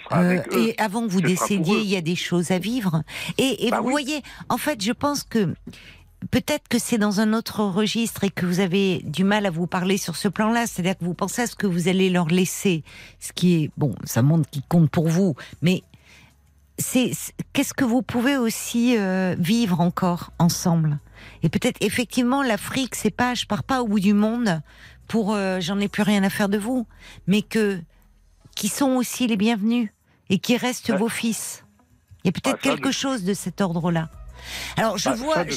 il y a des choses à vivre. Et vous voyez, en fait, je pense que peut-être que c'est dans un autre registre et que vous avez du mal à vous parler sur ce plan-là. C'est-à-dire que vous pensez à ce que vous allez leur laisser, ce qui est bon, ça montre qu'il compte pour vous, mais qu'est-ce que vous pouvez aussi vivre encore ensemble? Et peut-être effectivement l'Afrique, c'est pas, je pars pas au bout du monde pour j'en ai plus rien à faire de vous, mais qui sont aussi les bienvenus et qui restent vos fils. Il y a peut-être quelque chose de cet ordre-là. Alors je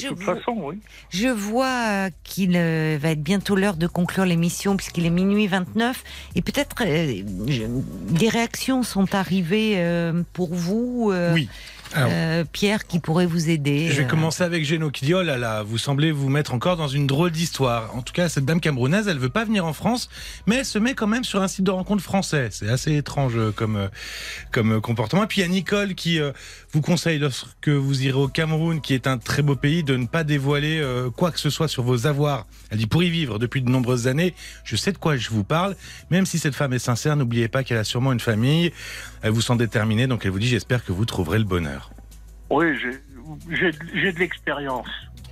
vois qu'il va être bientôt l'heure de conclure l'émission puisqu'il est minuit 29 et peut-être des réactions sont arrivées pour vous. Oui. Alors, Pierre, qui pourrait vous aider. Je vais commencer avec Géno qui dit, oh là là, vous semblez vous mettre encore dans une drôle d'histoire. En tout cas, cette dame camerounaise, elle veut pas venir en France, mais elle se met quand même sur un site de rencontre français. C'est assez étrange comme comportement. Et puis il y a Nicole qui vous conseille, lorsque vous irez au Cameroun, qui est un très beau pays, de ne pas dévoiler quoi que ce soit sur vos avoirs. Elle dit, pour y vivre depuis de nombreuses années, je sais de quoi je vous parle. Même si cette femme est sincère, n'oubliez pas qu'elle a sûrement une famille. Elle vous sent déterminée, donc elle vous dit, j'espère que vous trouverez le bonheur. Oui, j'ai de l'expérience.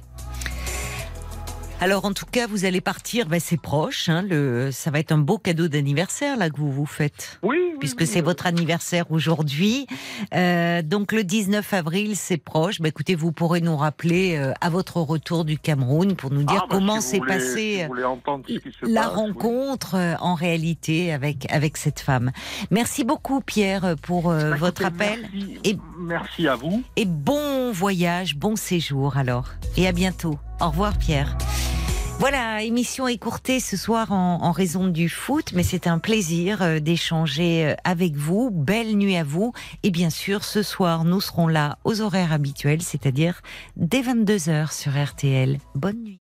Alors en tout cas, vous allez partir, c'est proche, hein, ça va être un beau cadeau d'anniversaire là que vous vous faites. Oui. Puisque c'est votre anniversaire aujourd'hui. Donc le 19 avril, c'est proche. Écoutez, vous pourrez nous rappeler à votre retour du Cameroun pour nous dire comment s'est passée la rencontre en réalité avec cette femme. Merci beaucoup Pierre pour votre appel. Merci à vous. Et bon voyage, bon séjour alors. Et à bientôt. Au revoir Pierre. Voilà, émission écourtée ce soir en raison du foot, mais c'est un plaisir d'échanger avec vous. Belle nuit à vous. Et bien sûr, ce soir, nous serons là aux horaires habituels, c'est-à-dire dès 22h sur RTL. Bonne nuit.